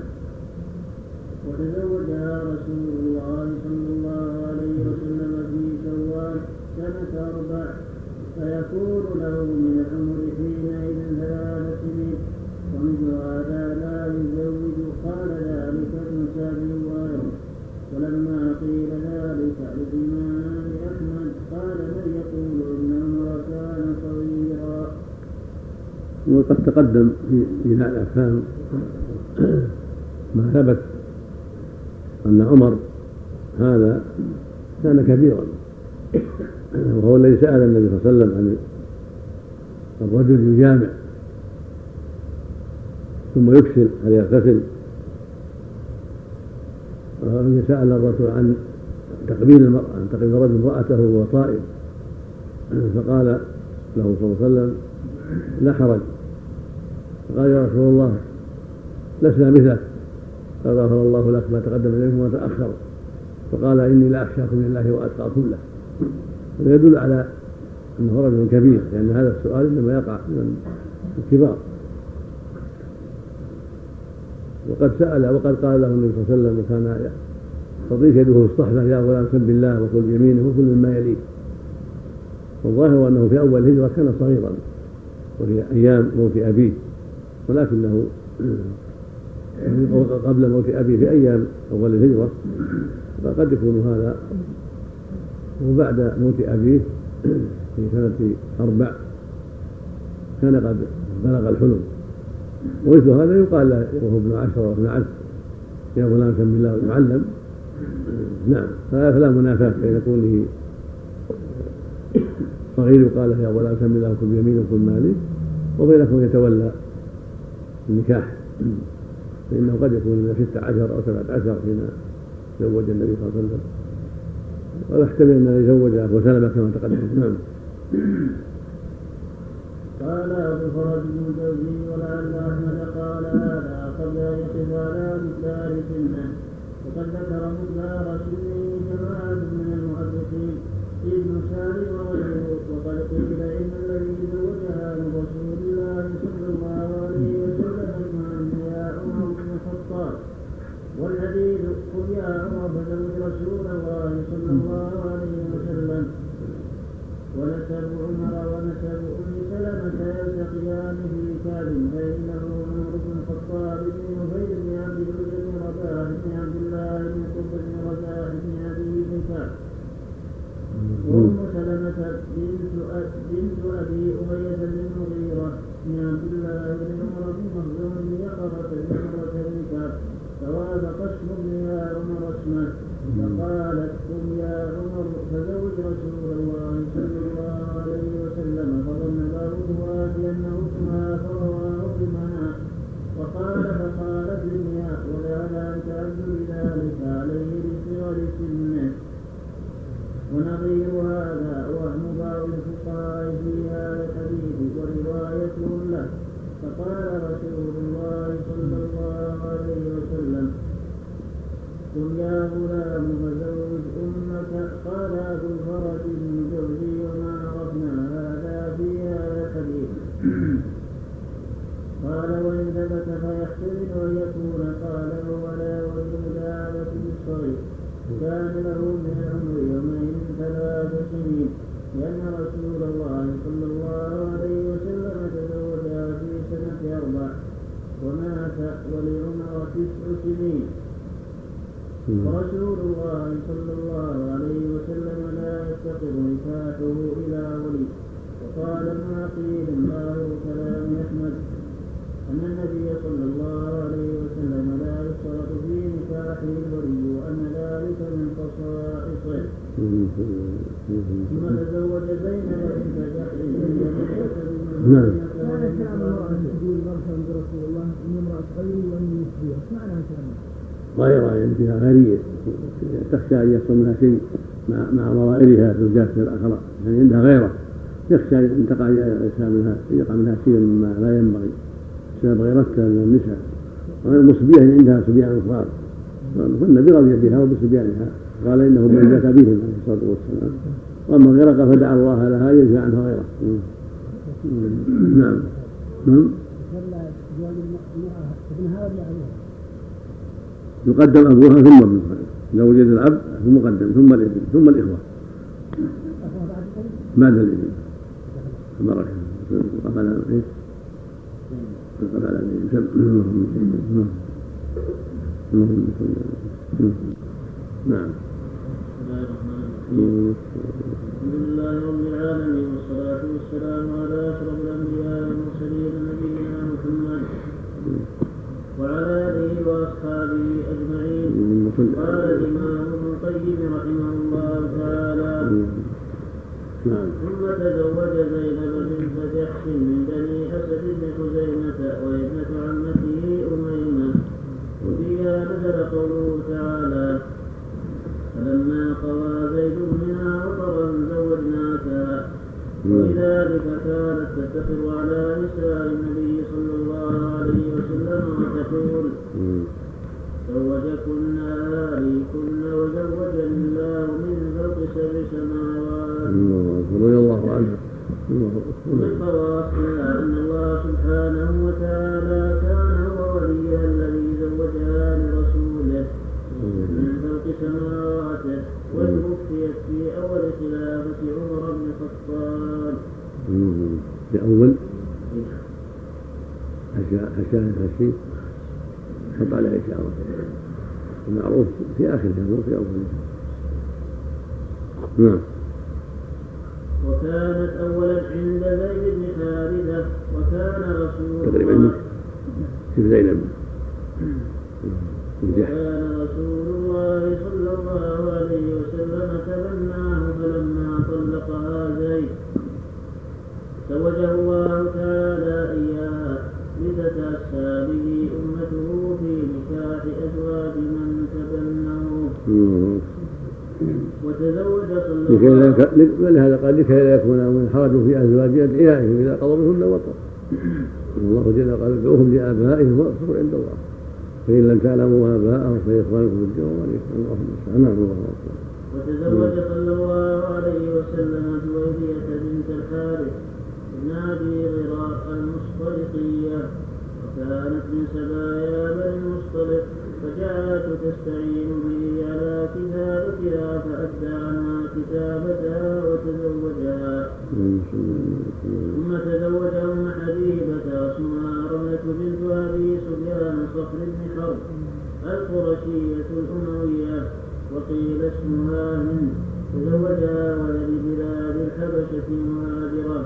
وتزوجها رسول الله صلى الله عليه وسلم في شوال سنة 4 فيكون له من العمر حينئذ 3 سنين ومثل هذا لا يزوج. قال ذلك ابن سعد وغيره. ولما قيل ذلك للإمام أحمد قال من يقول إن عمر كان صغيرا. وقد تقدم في هذا الأحكام ما ثبت أن عمر هذا كان كبيرا، وهو الذي سأل النبي صلى الله عليه وسلم عن الرجل يجامع ثم يكسل هل يغتسل، سأل الرسول عن تقبيل المرأة عن تقبيل الرجل امرأته وهو طائب، فقال له صلى الله عليه وسلم لا حرج. فقال يا رسول الله لسنا مثلك قال غفر الله لك ما تقدم منكم وما تأخر. فقال إني لا أخشاكم لله وأتقاكم له. هذا يدل على أنه رجل كبير، لأن هذا السؤال إنما يقع من الكبار. وقد سأل وقد قال له النبي صلى الله عليه وسلم كان تضيف يده في الصحفة يا غلام سم بالله وكل بيمينه وكل مما يليه. والظاهر أنه في أول الهجرة كان صغيرا وفي أيام موت أبيه، ولكنه قبل موت أبيه في أيام أول الهجرة، فقد يكون هذا وبعد موت أبيه في سنة 4 كان قد بلغ الحلم. ومثل هذا يقال له وهو ابن 10 وابن 10 يا غلام سم بالله المعلم. نعم، فلا منافاة بين كونه صغير يقال له يا غلام سم بالله كل بيمينه وكل مالك، وبين كونه يتولى النكاح، فإنه قد يكون من 16 أو 17 حين زوج النبي صلى الله عليه وسلم، ويحتمل أن يزوج أبو سلمة كما تقدم. نعم. قال أبو فرج بن الجوزي ولعل أحمد قال هذا قبل أن يقف على مقدار سنه. وقد ذكر مقدار سنه جماعة من المحدثين ابن سالم وغيره. وقد قيل إن الذي زوجها من رسول الله صلى الله عليه وسلم المهم يا عمر بن الخطاب. والحديث قل يا عمر فزوج رسول الله صلى الله عليه وسلم. ونسب عمر ونسب أم سلمة يلتقيان في كعب، فإنه عمر بن الخطاب بن نفيل بن عبد بن رباح بن عبد الله بن قرة بن رباح بن أبي بن كعب. وأم سلمة بنت أبي أمية بن المغيرة بن عبد الله بن عمر بن مخزوم بن يقظة بن مرة بن كعب. فوافق اسم ابنها عمر اسمه، فقالت قم يا عمر فزوج رسول الله صلى الله عليه وسلم. فظن بعضها بأنه اسمها فرواه بمنع. فقالت لابنها ولعل أن تعد بذلك عليه لصغر سنه. ونظير هذا وهم بعض الفقهاء في هذا الحديث وروايتهم له فقال رسول الله صلى الله عليه وسلم: قل يا غلام فزوج أمك. قال أبو الفرج بن جوزي: وما عرفنا هذا في هذا الحديث. قال: وإن ثبت فيحتمل أن يكون قاله ولا والمدابة بالصغير كان له من العمر يومين 3 سنين، لأن رسول الله صلى الله عليه وسلم تزوجها في سنة 4 ومات ولعمر 9 سنين. ورسول الله صلى الله عليه وسلم لا يفتقر نكاحه إلى ولي. وقال ابن عقيل ظاهر كلام أحمد أن النبي صلى الله عليه وسلم لا يشترط في نكاحه الولي وأن ذلك من خصائصه. ثم تزوج زينب بنت جحش معنى كلام المرأة تقول مرحبا برسول الله إن امرأة غيري وأني يشبهها، معنى كلامه غيرها يعني فيها غيرية، تخشى أن يحصل منها شيء مع ضرائرها زوجات الآخرى، يعني عندها غيرة يخشى أن يقع منها شيء مما لا ينبغي بسبب غيرتها من النساء. وغير المصبية عندها صبيان كفار، فالنبي رضي بها وبصبيانها، قال إنه من ذات أبيهم عليه الصلاة والسلام. وأما غيرها فدعا الله لها يرجع عنها غيره. نعم. يقدم أبوها ثم ابنها، إذا وجد الأب ثم مقدم ثم الابن ثم الإخوة بعد الابن. قال إيه؟ قال عليه نعم. الحمد لله رب العالمين والصلاة والسلام على أشرف الأنبياء والمرسلين نبينا محمد وعلى آله وأصحابه أجمعين. قال الإمام ابن القيم رحمه الله تعالى: ثم تزوج زينب بنت جحش من بني أسد بن خزيمة وهي ابنة عمته أميمة، وفيها نزل قوله تعالى: فلما قضى زيد منها وطرا زوجناكها. ولذلك كانت تفتخر على نساء النبي صلى الله عليه وسلم وتقول: زوجكن أهاليكن وزوجني الله من فوق 7 سماوات. رضي الله عنه. من خواصها أن الله سبحانه وتعالى كان هو وليها الذي زوجها لرسوله من فوق سماواته، وتوفيت في أول خلافة عمر بن الخطاب. في أول هالشيء حط عليه إشارة، المعروف في آخرها مو في أولها. نعم. وكانت أولا عند زيد بن حارثة، وكان رسول تقريبا الله في زينب وكان رسول الله صلى الله عليه وسلم تبناه، فلما طلقها زيد زوجه الله تعالى إياها لتتأسى به أمته في نكاح أزواج من تبنوه. وتزوج صلى الله عليه وسلم، ولهذا قال: لكي لا يكون من حرج في أزواج أدعيائهم إذا قضوا منهن وطر. الله جل وعلا: ادعوهم لآبائهم واقسطوا عند الله، فإن لم تعلموا آباءهم فإخوانكم في الدين ومواليكم. اللهم استعان الله. وتزوج صلى الله عليه وسلم جويرية بنت الحارث بن أبي غراء المصطلقية، وكانت من سبايا بني المصطلق، فجاءت تستعين به على كتابتها فأدى عنها كتابتها وتزوجها. ثم تزوج أم حبيبة اسمها رملة بنت أبي سفيان صخر بن حرب القرشية الأموية، وقيل اسمها هند. تزوجها وهي ببلاد الحبشة مهاجرة.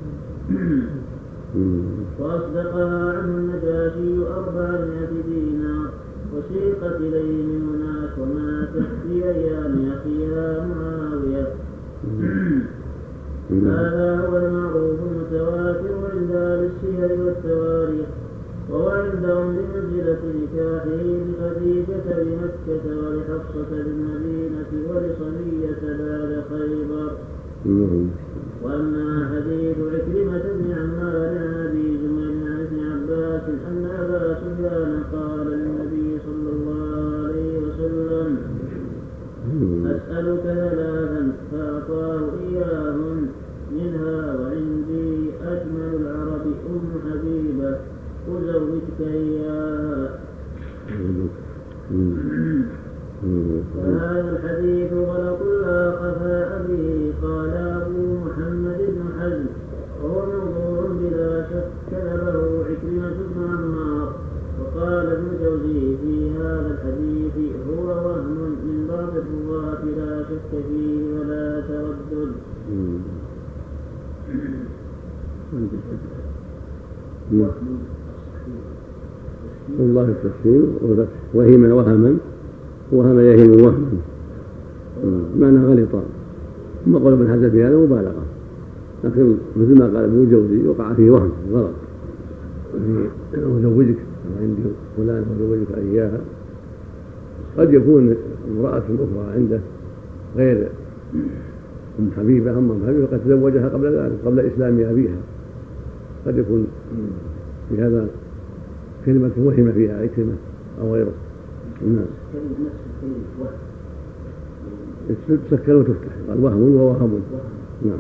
وأصدقها عنه النجاشي 400 دينار، وسيقت إليه من هناك وماتت في أيام أخيها معاوية. هذا هو المعروف المتواتر عند أهل السير والتواريخ، وهو عندهم بمنزلة نكاحه لخديجة بمكة ولحفصة بالمدينة ولصفية بعد خيبر. وأما حديث عكرمة بن عمار عن أبي زميل عن ابن سفيان قال للنبي صلى الله عليه وسلم أسألك ثلاثا فأعطاه إياهن منها وعندي أجمل العرب حبيبة أزوجك إياها. وهذا الحديث غلط لا خفاء به. قال أبو محمد بن حزم وهو موضوع بلا شك كذبه عكرمة بن عمار. وقال ابن جوزي في هذا الحديث هو وهم من بعض الرواة لا شك فيه ولا تردد. الله التفسير وهم وهما وهم يهم وهما معنى غلطا. ثم قال ابن حزم في هذا مبالغة، لكن مثل ما قال ابن الجوزي وقع فيه وهم غلط. أزوجك عندي فلان أزوجك إياها، قد يكون امرأة أخرى عنده غير أم حبيبة قد تزوجها قبل ذلك قبل إسلام أبيها، قد يكون في هذا كلمة وهم فيها أي كلمة أو غيره. نعم تسكر وتفتح قال وهم ووهم. نعم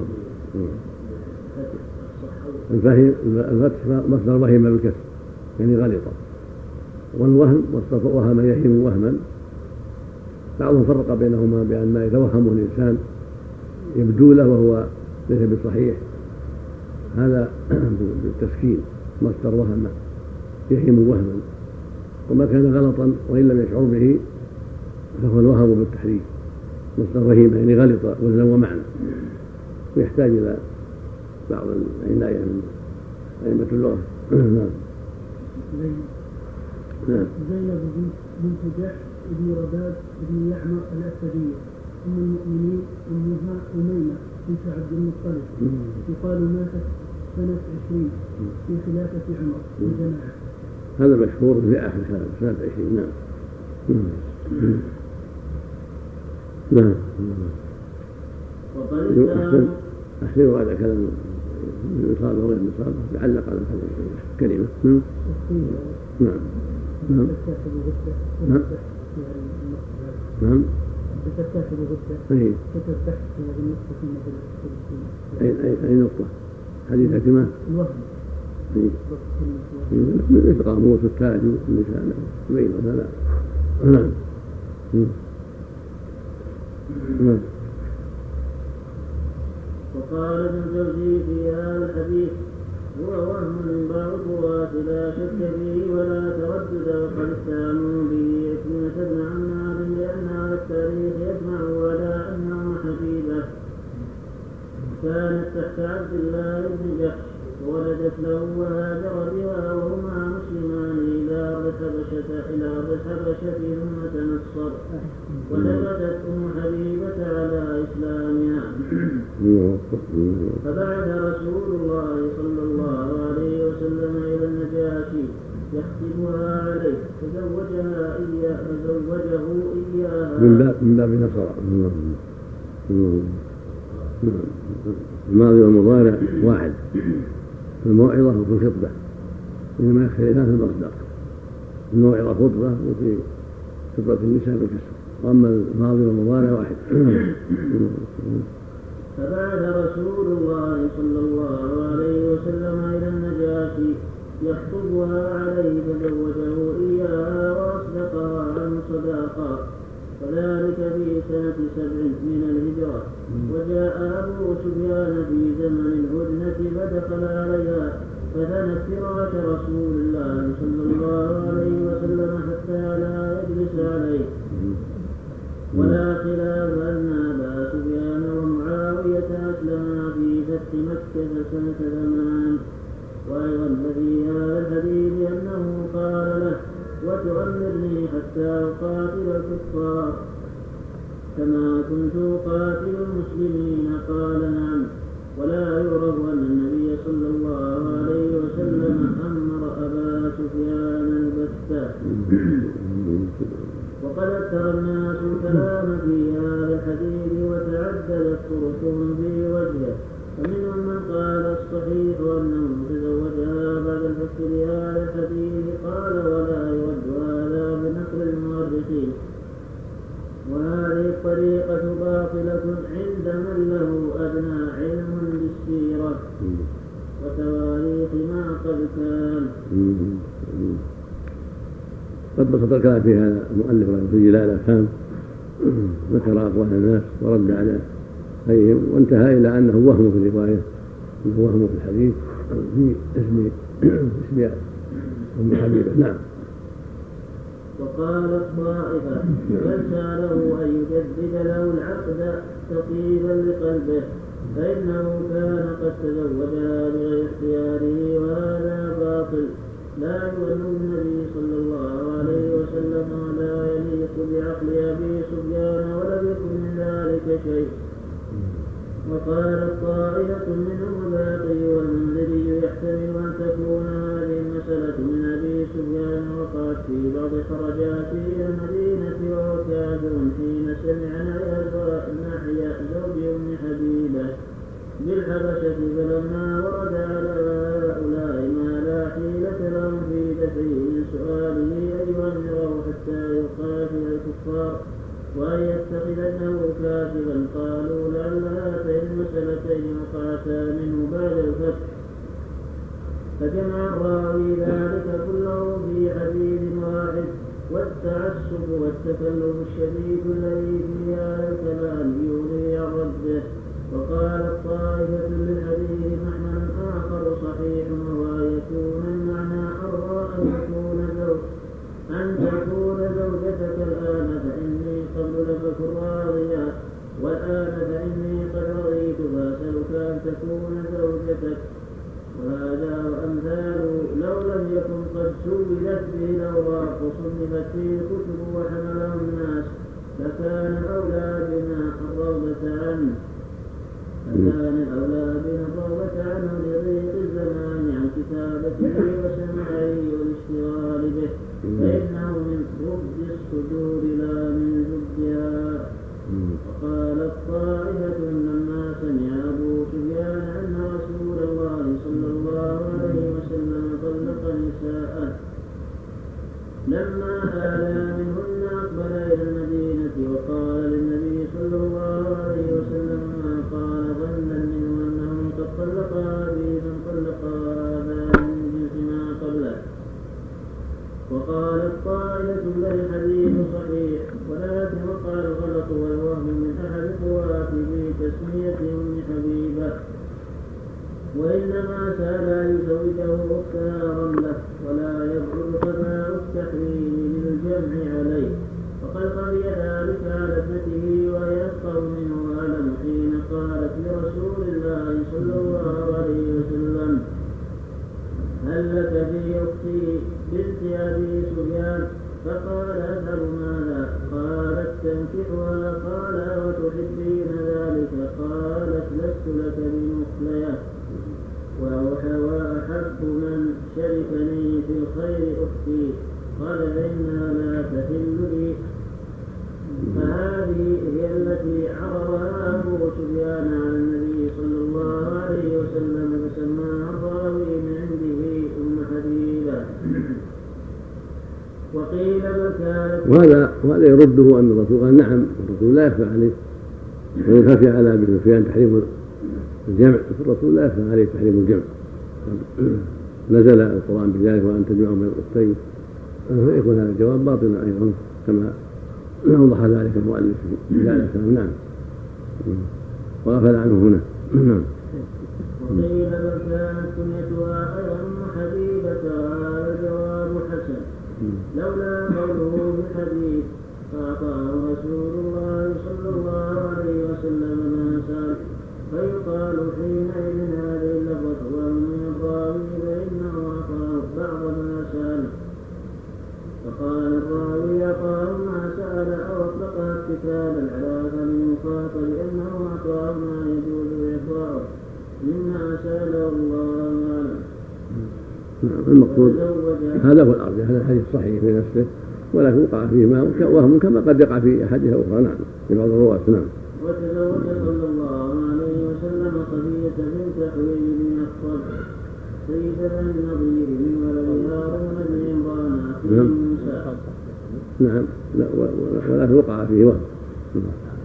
الفتح مصدر وهم بالكسر يعني غلطة، والوهم مصدر وهم يهم وهما. بعضهم فرق بينهما بأن ما يتوهمه الإنسان يبدو له وهو ليس بصحيح، هذا بالتسكين مصدر وهم يهم وهما، وما كان غلطا وإن لم يشعر به فهو الوهم بالتحريف مصدر وهم يعني غلط وزن ومعنى، ويحتاج إلى بعض العناية من أئمة اللغة. نعم زينب بنت جحش بن رباب بن يعمر الأسدية أم المؤمنين أمها أميمة بنت عبد المطلب يقال ماتت سنة 20 في خلافة عمر وجماعة. هذا مشهور في آخر سنة 20. نعم نعم أحسن بعد كلام الإصابة وغير الإصابة يعلق على الكلمة. نعم نعم نعم نعم بتكتب غدة أي تتفتح في هذه النقطة أي نقطة حديث كما الوهم من القاموس والتاج واللسان بين هذا. نعم نعم. وقال ابن الجوزي في هذا الحديث هو وهم من بعض الرواة لا شك فيه ولا تردد. وقد استعانوا به عكرمة بن عمار لأن على التاريخ يجمع على أنه حبيبة كانت تحت عبد الله بن جحش وولدت له وهاجر بها وهما مسلمان إلى أرض الحبشة ثم تنصر وثبتت أم حبيبة على إسلامها. فبعث رسول الله صلى الله عليه وسلم إلى النجاشي يختمها عليه فزوجه إياها من باب نصر. الماضي والمضارع واحد في الموعظة وفي الخطبة، إنما يختلفان في المصدر. الموعظة خطبة وفي خطبة النساء بالكسر، وأما الماضي والمضارع واحد. فبعث رسول الله صلى الله عليه وسلم إلى النجاشي يخطبها عليه فزوجه إياها وأصدقها عن صداقة، وذلك في سنة 7 من الهجرة. وجاء أبو سفيان في زمن الهدنة فدخل عليها فثنت فراش رسول الله صلى الله عليه وسلم حتى لا يجلس عليه. ولا خلاف أن أبا سفيان ومعاوية أسلما في فتح مكة سنة 8. وأيضا في هذا الحديث أنه قال له وتؤمرني حتى أقاتل الكفار كما كنت أقاتل المسلمين؟ قال نعم. ولا يعرف أن النبي صلى الله عليه وسلم أمر أبا سفيان البتة. وقد أكثر الناس الكلام في هذا الحديث وتعددت طرقهم في وجهه، فمنهم من قال الصحيح أنه تزوجها بعد الفتح لهذا الحديث. قال ولا الطريقة باطلة عند من له أدنى علم بالسيرة وتواريخ ما قد كان. قد بسط الكلام في هذا المؤلف رحمه الله جلال الأفهام، ذكر أقوال الناس ورد على غيرهم، وانتهى إلى أنه وهم في الرواية، أنه وهم في الحديث في اسم أم حبيبة. نعم. وقال الطائفة بل سأله أن يجدد له العقد تطيبا لقلبه فإنه كان قد تزوجها بغير اختياره، وهذا باطل لا يظن النبي صلى الله عليه وسلم ولا يليق بعقل أبي سفيان ولم يكن من ذلك شيء. وقال الطائفة منهم الباقي والمنذري يحتمل أن تكون هذه المسألة من أبي سفيان وقعت في بعض خرجاته إلى المدينة وهو كافر حين سمع نحيا زوج أم حبيبة بالحبشة، فلما ورد على هؤلاء ما لا حيلة لهم في دفعه من سؤاله أن يؤمره حتى يقاتل الكفار وأن يتخذنه كافرا، قالوا لعل هاتين المسألتين وقعتا منه بعد الفتح، فجمع الراوي ذلك كله في حديث واحد. والتعسف والتكلف الشديد الذي في هذا الكلام يغني عن رده. وقال الطائفة للحديث محمل آخر صحيح وهو أن يكون المعنى أرضى أن تكون زوجتك الآن فإني قبل لك راضيا، والآن فإني قد رضيت فأسألك أن تكون زوجتك. وهذا وأمثاله لو لم يكن قد سولت به الأوراق وصنفت فيه الكتب وحمله الناس لكان الأولى بنا الرغبة عنه لضيق الزمان عن كتابته وسماعه والاشتغال به، فإنه من رد الصدور لا من زبدها. وقال الطائفة لما سمع أبو سفيان أن رسول الله صلى الله عليه وسلم طلق نساء لما آلى منهن أقبل إلى المدينة وقال للنبي صلى الله عليه وسلم ما قال ظنا منه أنه قد طلقها من طلقها من جنس ما قبله. وقال الطائفة بل الحديث صحيح ولكن وقع الغلط والوهم من أحد الرواة في تسمية أم حبيبة، وإنما سأل أن يزوجه أختها رملة ولا يبعد قضاء التحريم للجمع عليه، وقد قضي ذلك على ابنته وهي أفقه منه وأعلم حين قالت لرسول الله صلى الله عليه وسلم هل لك في أختي بنت أبي سفيان؟ فقال أذهب ماذا؟ قالت تنكحها. قال وتحبين ذلك؟ قالت لست لك بمخلية وأحب من شركني في الخير أختي. قال فإنها لا تحل لي. فهذه هي التي عرضها أبو سفيان على النبي صلى الله عليه وسلم فسماها الراوي من عنده أم حبيبة. وقيل وهذا يرده أن الرسول قال نعم الرسول لا يخفى عليه ويخفى على أبي سفيان تحريم الجمع، الرسول لا يخفى عليه تحريم الجمع، نزل القرآن بذلك وأن تجمعوا من الأختين، فيكون هذا الجواب باطلا أيضا كما أوضح ذلك المؤلف في ذلك. نعم. وغفل عنه هنا. نعم. وقيل بل كانت كنيتها أم حبيبة وهذا الجواب حسن لولا قوله بالحديث فأعطاه رسول الله صلى الله عليه وسلم ما سأل، فيقال حينئذ هذه اللفظة وهو من الراوي فإنه أعطاه بعض ما سأل، فقال الراوي أعطاه ما سأل أو أطلقها اتكالا على فمن يخاطب لأنه أعطاه ما يجوز إعطاؤه مما سأله الله عنه. المقصود هذا هو الأرض، هذا الحديث صحيح في نفسه ولكن وقع فيه ما وهم كما قد يقع في أحدها أخرى. نعم في بعض الرواة. نعم. وتزوج صلى الله عليه وسلم صفية بنت حويل بن أخطب سيدة النظير من ولد هارون بن عمران أخي موسى. نعم ولكن وقع فيه وهم.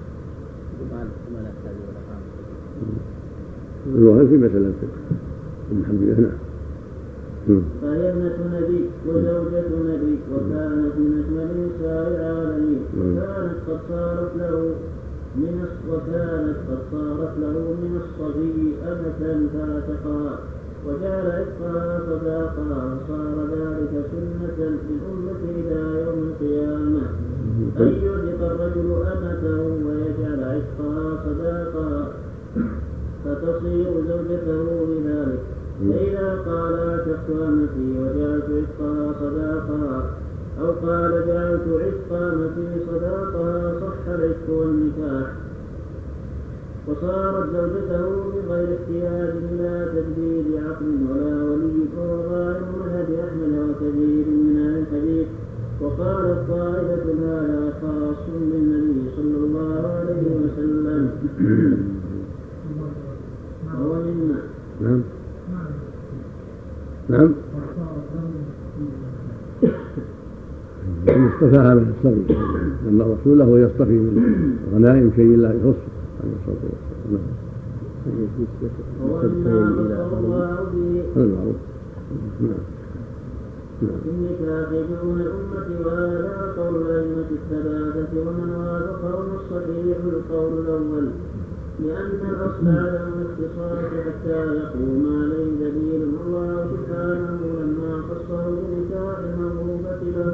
يقال وما لا تحتاج إلى إقامة. الوهن في مسألة الحمد لله. نعم. فهي ابنة نبي وزوجة نبي وكانت من أجمل نساء العالمين وكانت قد صارت له من الصبي أمة فاتقها وجعل عتقها صداقا وصار ذلك سنة للأمة إلى يوم القيامة أن يعتق الرجل أمته ويجعل عتقها صداقا فتصير زوجته بذلك. فإذا قال عتقت أمتي وجعلت عتقها صداقا أو قال جعلت عتق أمتي صداقها صح العتق والنكاح وصارت زوجته من غير احتياج إلى تدبير عقل ولا ولي وهو ظاهر مذهب أحمد وكثير من أهل الحديث. وقالت طائفة هذا خاص بالنبي صلى الله عليه وسلم وهو منا. نعم نعم اصطفاها من الصبي لما رسوله ويصطفي من غنائم شيء الله يخصه عليه الصلاة والسلام. في النكاح دون الأمة وهذا قول الأئمة الثلاثة ومن وافقهم الصحيح القول الأول لأن الأصل عدم الاختصاص حتى يقوم عليه دليل. الله سبحانه لما خصه بنكاح الموهوبة له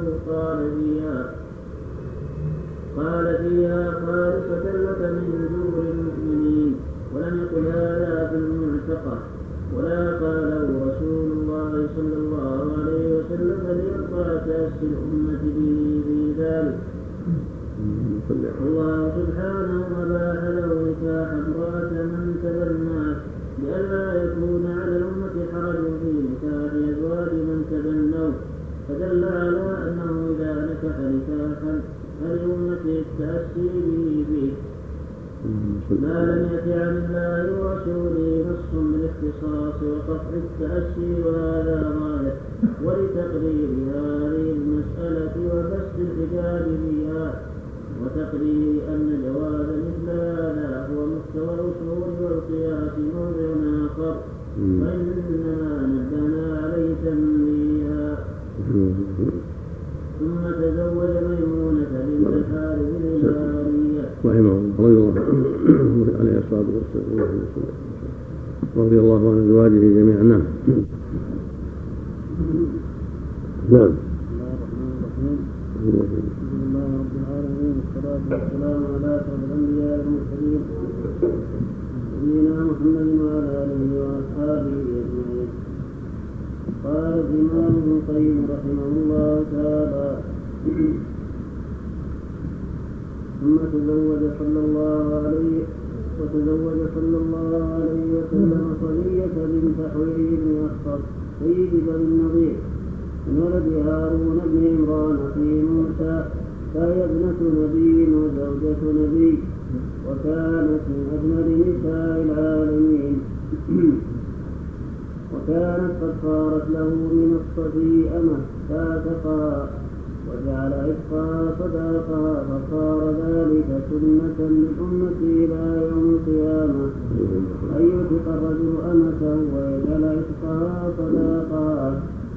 قال فيها خالصة لك من دور المؤمنين ولم يقل هذا في المعتقة ولا قاله رسول الله صلى الله عليه وسلم ليرضى تأسي الأمة به في ذلك. الله سبحانه أباح له نكاح امرأة من تبناه لئلا يكون على الأمة حرج في نكاح أزواج من تبنوه فدل على أنه إذا نكح نكاحا فلأمة التأسي به ما لم يأت عن الله ورسوله نص بالاختصاص وقطع التأسي وهذا ظاهر. ولتقرير هذه المسألة وبسط الحجاب فيها وتقرير أن جواز مثل هذا هو مستوى الأصول والقياس موضع آخر وإنما نبهنا عليه تنبيها. ثم تزوج ميمونة بنت الحارث الهلالية رحمه الله عليه الصلاة والسلام رضي الله عن أزواجه جميعا. نعم. نعم. الحمد لله رب العالمين والصلاة والسلام على أشرف الأنبياء والمرسلين نبينا محمد وعلى آله وأصحابه أجمعين. قال الإمام ابن القيم رحمه الله تعالى ثم تزوج صلى الله عليه وسلم صفية بنت حويل بن أخطب سيد بني النضير من ولد هارون بن عمران أخي موسى فهي ابنة نبي وزوجة نبي وكانت من أجمل نساء العالمين وكانت قد صارت له من الصبي أمة فاتقها وجعل عتقها صداقها فصار ذلك سنة للأمة إلى يوم القيامة أن يعتق الرجل أمته ويجعل عتقها صداقها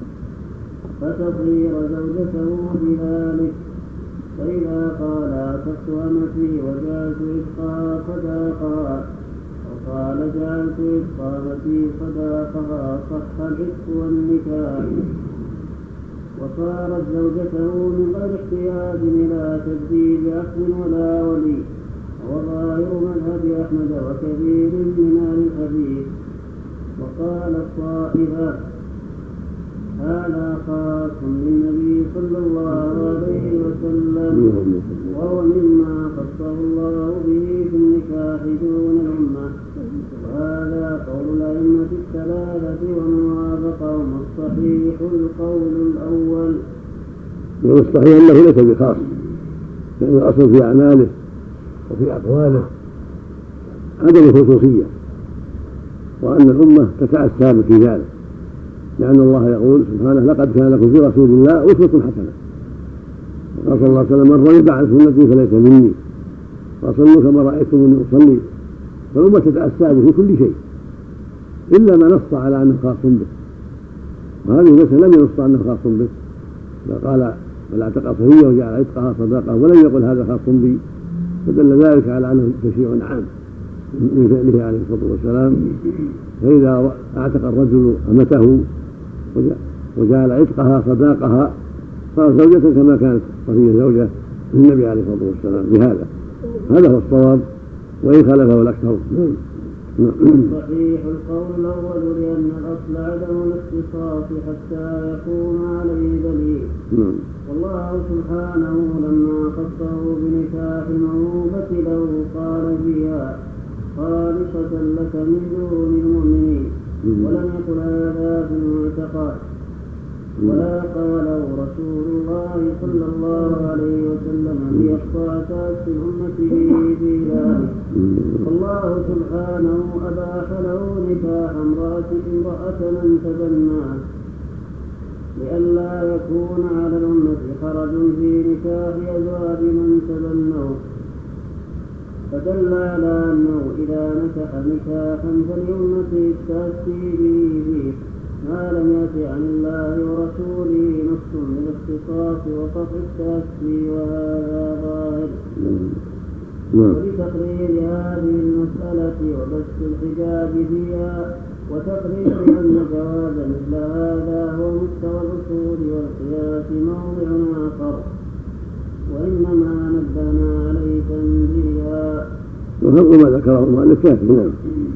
فتصير زوجته بذلك. فإذا قال عتقت أمتي وجعلت عتقها صداقها وقال جعلت عتق أمتي صداقها صح العتق والنكاح وصارت زوجته من غير احتياج إلى تجديد عقد ولا ولي وظاهر مذهب أحمد وكثير من أهل الحديث. وقال الطائفة هذا خاص بالنبي صلى الله عليه وسلم وهو مما خصه الله به في النكاح دون الأمة. وهذا قول الأئمة الثلاثة ومن وافقهم الصحيح القول الأول. والصحيح أنه ليس بخاص لأن الأصل في أعماله وفي أقواله عدم الخصوصية وأن الأمة تتأسى في ذلك لأن الله يقول سبحانه لقد كان لكم في رسول الله أسوة حسنة وقال صلى الله عليه وسلم من رغب عن سنتي فليس مني فصلوا كما رأيتم أصلي. فالأمة تتأسى به في كل شيء إلا ما نص على أنه خاص به، وهذه المسألة لم ينص أنه خاص به، فقال بل اعتق صفية وجعل عتقها صداقة ولم يقل هذا خاص بي، فدل ذلك على أنه تشريع عام من فعله عليه الصلاة والسلام. فإذا اعتق الرجل أمته وجعل عتقها صداقها صارت زوجة كما كانت صفية زوجة النبي عليه الصلاة والسلام بهذا. هذا هو الصواب وإن خالفه الأكثر. صحيح القول الأول لأن الأصل عدم الاختصاص حتى يكون عليه دليل. والله سبحانه لما خصه بنكاح الموهوبة له قال فيها خالصة لك من دون المؤمنين، ولم يقل هذا في المعتقد، ولا قاله رسول الله صلى الله عليه وسلم ليقطع كأس أمته في ذلك. فالله سبحانه أباح له نكاح امرأة من تبناه لئلا يكون على الأمة حرج في نكاح أزواج من تبنوه، فدل على أنه إذا نكح نكاحا فلأمة التأسي به فيه ما لم يأت عن الله ورسوله نص بالاختصاص وقطع التأسي، وهذا ظاهر. ولتقرير هذه المسألة وبث الحجاب فيها وتقرير أن جواز مثل هذا هو مستوى الأصول والقياس موضع آخر، وإنما نبهنا عليه تنبيها. وما ذكره المؤلف كافي. نعم.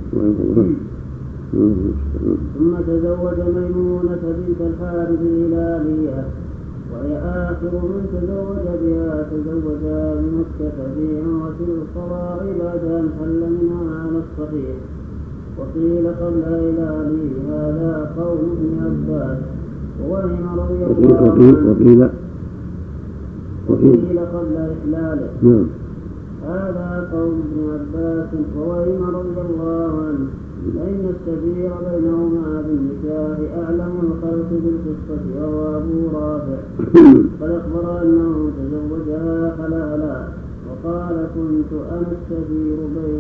ثم تزوج ميمونة بنت الحارث الهلالية وهي آخر من تزوج بها. تزوجها بمكة في عمرة القضاء بعد أن حل منها على الصحيح، وقيل قبل هلاله. هذا قول ابن عباس ووهم رضي الله عنه. وقيل قبل إحلاله. هذا قول ابن عباس ووهم رضي الله عنه، فإن السفير بينهما بالنكاح أعلم الخلق بالقصة وهو أبو رافع، قد أخبر أنه تزوجها حلالا وقال كنت أنا السفير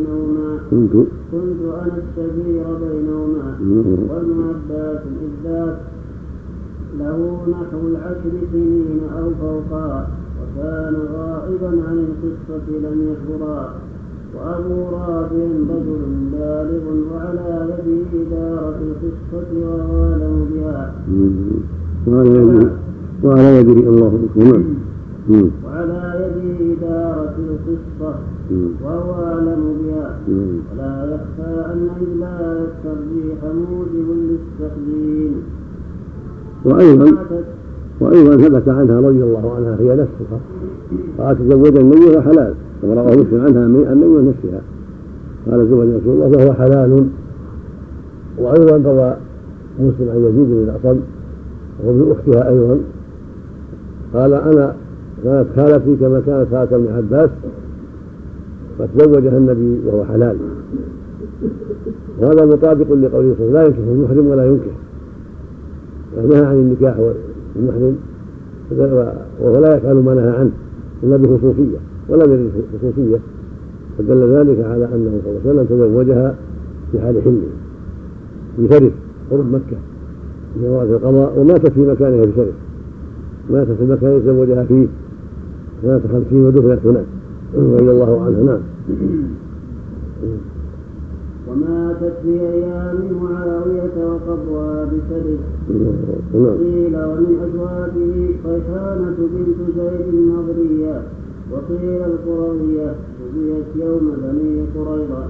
بينهما. وابن عباس إذ ذاك له نحو 10 سنين أو فوقها، وكان غائبا عن القصة لم يحضرها. وأبو رافع رجل بالغ وعلى يده إدارة القصة وهو أعلم بها. وعلى يده الله وعلى يده إدارة القصة وهو أعلم بها. ولا يخفى أن إدلاء الترجيح موجب للتقديم. وأيضا ثبت عنها رضي الله عنها هي نفسها قالت تزوج النبي وحلال، كما رواه مسلم عنها النبي نفسها قال زوج رسول الله فهو حلال. وأيضا روى مسلم عن يزيد بن الأصم وهو من أختها أيضا قال أنا كانت خالتي كما كانت خالة ابن عباس فتزوجها النبي وهو حلال. وهذا مطابق لقوله صلى الله عليه وسلم لا ينكح المحرم ولا ينكح، نهى عن النكاح والمحرم ولا يفعل ما نهى عنه إلا بخصوصية ولا بخصوصية، فدل ذلك على أنه صلى الله عليه وسلم تزوجها في حال حله بشرف قرب مكة في وقت القضاء، وماتت في مكانها بشرف، ماتت في المكان يتزوجها فيه سنة 50 ودفنت هناك رضي الله عنها. نعم. وماتت في أيام معاوية وقبرها بسرد. قيل ومن أزواجه ريحانة بنت زيد النضرية، وقيل القروية تبيت يوم بني قريظة.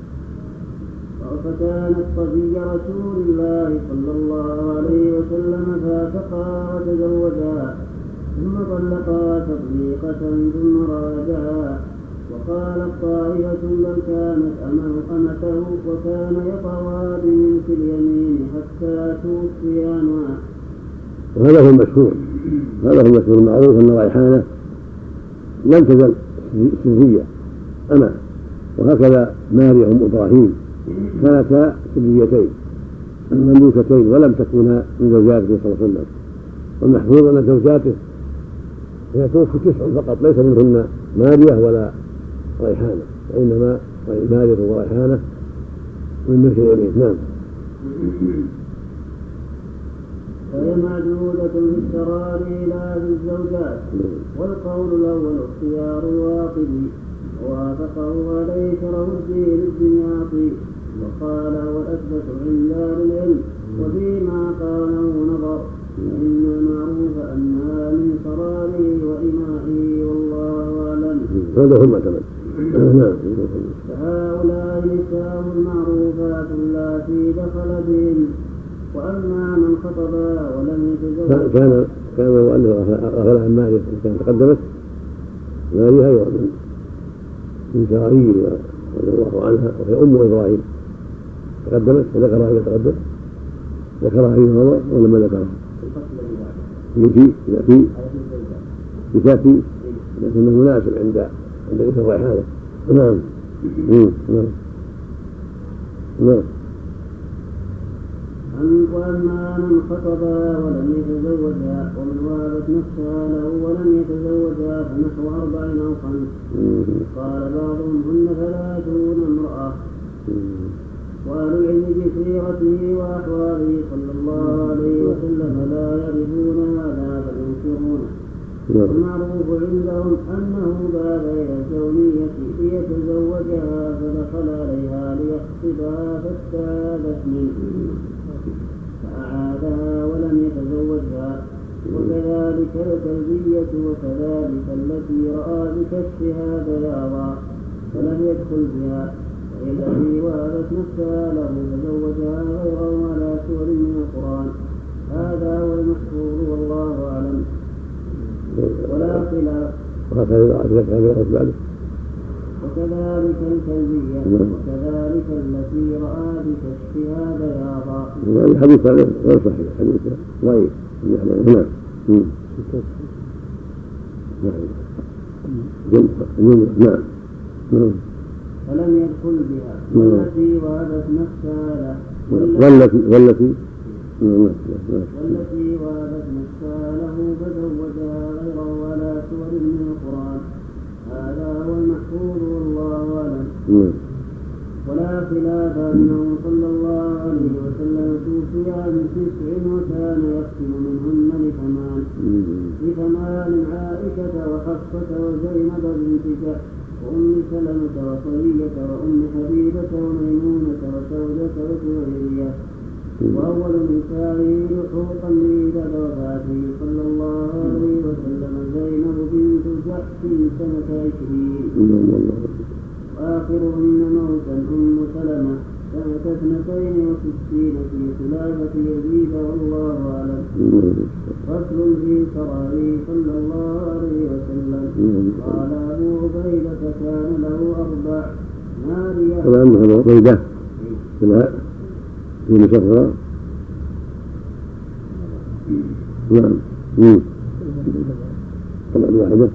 فكانت صفية رسول الله صلى الله عليه وسلم فاتقها وتزوجها ثم طلقها تطليقة ثم راجعها. وقالت طائفة بل كانت أمته وكان يطوى بملك اليمين حتى توفي عنها. وهذا هو المشهور، المعروف أن ريحانة لم تزل سرية أما، وهكذا ماريا أم إبراهيم كانتا سريتين مملوكتين ولم تكونا من زوجاته صلى الله عليه وسلم. والمحفوظ أن زوجاته توفوا 9 فقط، ليس منهن ماريا ولا ريحانة، وإنما مالك وريحانة من ملك اليمين. نعم. فهي معدودة في التراضي لا في الزوجات. والقول الأول اختيار الواقد ووافقه عليه شرف الدين الدمياطي، وقال والأثبت عند أهل العلم وفيما قاله نظر، فإن المعروف أنها من صراره وإمائه والله أعلم. هذا هو المعتمد. فهؤلاء نساء معروفات اللاتي دخل بهن. وأما من خطبا ولم يتزوج كان المؤلف أغلى عن مالك كان تقدمت مالها أيضا من سرائيه رضي الله عنها، وهي أم إبراهيم تقدمت وذكرها إذا تقدم، ذكرها فيما مضى ولما ذكرها يأتي لكنه مناسب عند ذكر الريحانة. نعم. وأما من خطبا ولم يتزوجها ومن وهبت نفسها له ولم يتزوجها فنحو 40 أو 5. قال بعضهم هن 30 امرأة. وأهل العلم بسيرته وأحواله صلى الله عليه وسلم لا يعرفون هذا بل ينكرونه. والمعروف عندهم أنه باب إلى الزوجية ليتزوجها فدخل عليها ليخطبها فاستعاذت منه فأعادها ولم يتزوجها. وكذلك الكلبية وكذلك التي رأى بكشفها بياضا فلم يدخل بها، وهي التي وهبت نفسها له فزوجها غيره على سور من القرآن. هذا هو المحفوظ والله أعلم. ولا خلاف. وكذلك الكلبية وكذلك التي رأى بكشفها بياضا. الحديث هذا غير صحيح، حديث ضعيف. نعم. فلم يدخل بها والتي وهبت نفسها له والتي وهبت نفسها له فزوجها غيره على سور من القرآن. هذا هو المحفوظ والله أعلم. ولا خلاف أنه صلى الله عليه وسلم توفي عن 9 وكان يختم منهن لثمان عائشة وحفصة وزينب بنت جحش وأم سلمة وصفية وأم حبيبة وميمونة وسودة وجويرية. وأول نسائه لحوقا بعد وفاته صلى الله عليه وسلم زينب بنت جحش سنة 20. وآخرهن موتا أم سلمة سنة 62 في خلافة يزيد والله أعلم. فصل في سرائه صلى الله عليه وسلم. قال أبو عبيدة كان له 4 نارية. طبعا أبو عبيدة في مشفرة. نعم. طبعا واحدة.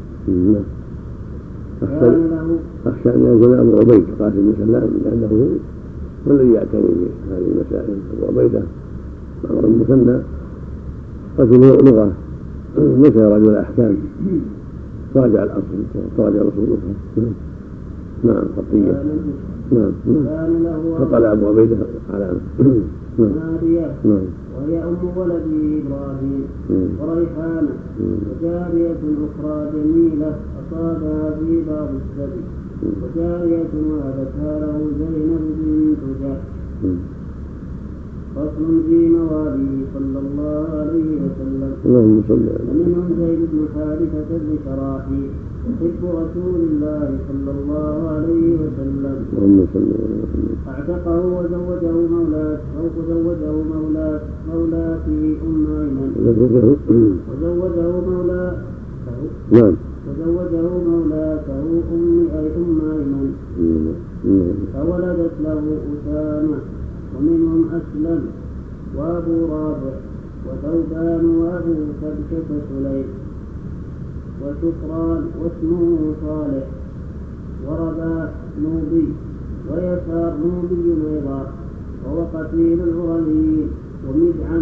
أخشى أن يكون أبو عبيد قاسم بن سلام لأنه هو الذي يعتني بهذه المسائل. أبو عبيدة معمر المثنى رجل لغة ليس رجل أحكام، راجع الأصل وراجع الأصول. نعم خطية. نعم. فقال أبو عبيدة علامة. نعم. وهي أم ولده إبراهيم وريحانة وجارية أخرى جميلة أصابها في بعض السبي، وجارية وهبتها له زينب بنت جحش. فصل في مواليه صلى الله عليه وسلم. ومنهم زيد بن حارثة بن شراحيل حب رسول الله صلى الله عليه وسلم، اعتقه وزوجه مولاته أم أيمن وزوجه مولاته أم أيمن فولدت له أسامة. ومنهم أسلم وأبو رافع وثوبان وأبو كبشة سليم وشكران واسمه صالح ورباح نوبي ويسار نوبي أيضا وهو قتيل العرنيين ومدعم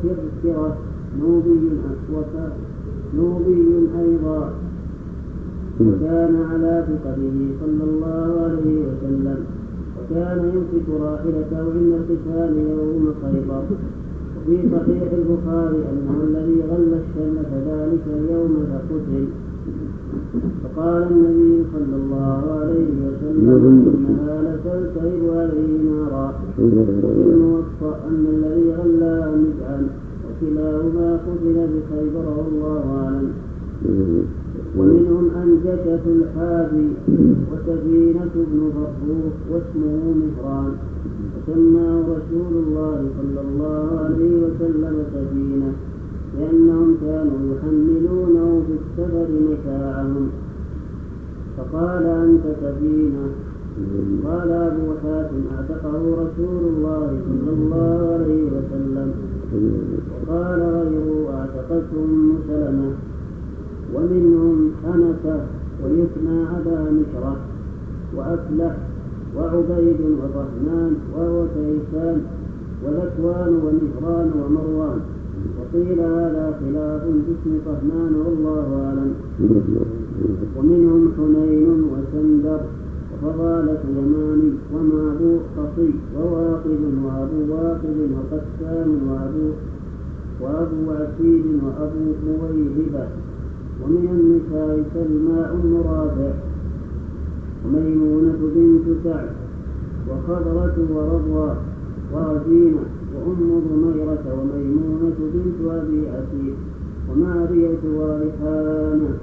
وكركرة نوبي أيضا وكان على ثقته صلى الله عليه وسلم، وكان يمسك راحلته عند القتال يوم خيبر. وفي صحيح البخاري أنه الذي غل الشمس ذلك اليوم فقتل. فقال النبي صلى الله عليه وسلم إنها لتلتهب عليه نارا. وفي الموطأ أن الذي غلا مجعا، وكلاهما قتل بخيبر والله أعلم. ومنهم أنجشة الحافي وسفينة بن فرخوخ واسمه مهران، وسماه رسول الله صلى الله عليه وسلم سفينة لأنهم كانوا يحملونه في السفر متاعهم. فقال أنت سفينة. قال أبو حاتم اعتقه رسول الله صلى الله عليه وسلم. وقال غيره اعتقته أم سلمة. ومنهم أنس ويثنى أبا مشرح وأفلح وعبيد وطهمان وهو كيسان وذكوان ومهران ومروان. وقيل هذا خلاف باسم طهمان والله أعلم. ومنهم حنين وسندر وفضالة يماني ومعبو قصي وواقد وأبو واقد وقسام وأبو عسيد وأبو مويهبة. ومن النساء سلمى أم رافع وميمونة بنت سعد وخضرة ورضوى ورزينة وأم ضميرة وميمونة بنت أبي عسير ومارية وريحانة.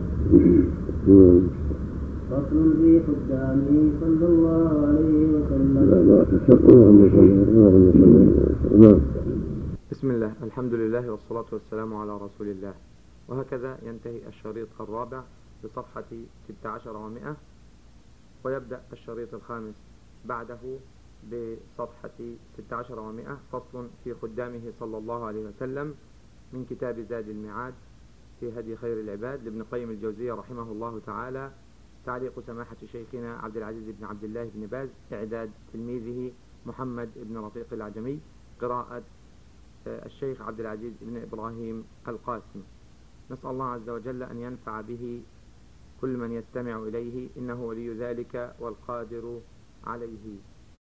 فصل في خدامه صلى الله عليه وسلم. بسم الله، الحمد لله والصلاة والسلام على رسول الله. وهكذا ينتهي الشريط الرابع بصفحة 16 و100، ويبدأ الشريط الخامس بعده بصفحة 16 و100. فصل في خدامه صلى الله عليه وسلم من كتاب زاد المعاد في هدي خير العباد لابن قيم الجوزية رحمه الله تعالى. تعليق سماحة شيخنا عبد العزيز بن عبد الله بن باز، إعداد تلميذه محمد بن رفيق العجمي، قراءة الشيخ عبد العزيز بن إبراهيم القاسم. نسأل الله عز وجل أن ينفع به كل من يستمع إليه، إنه ولي ذلك والقادر عليه.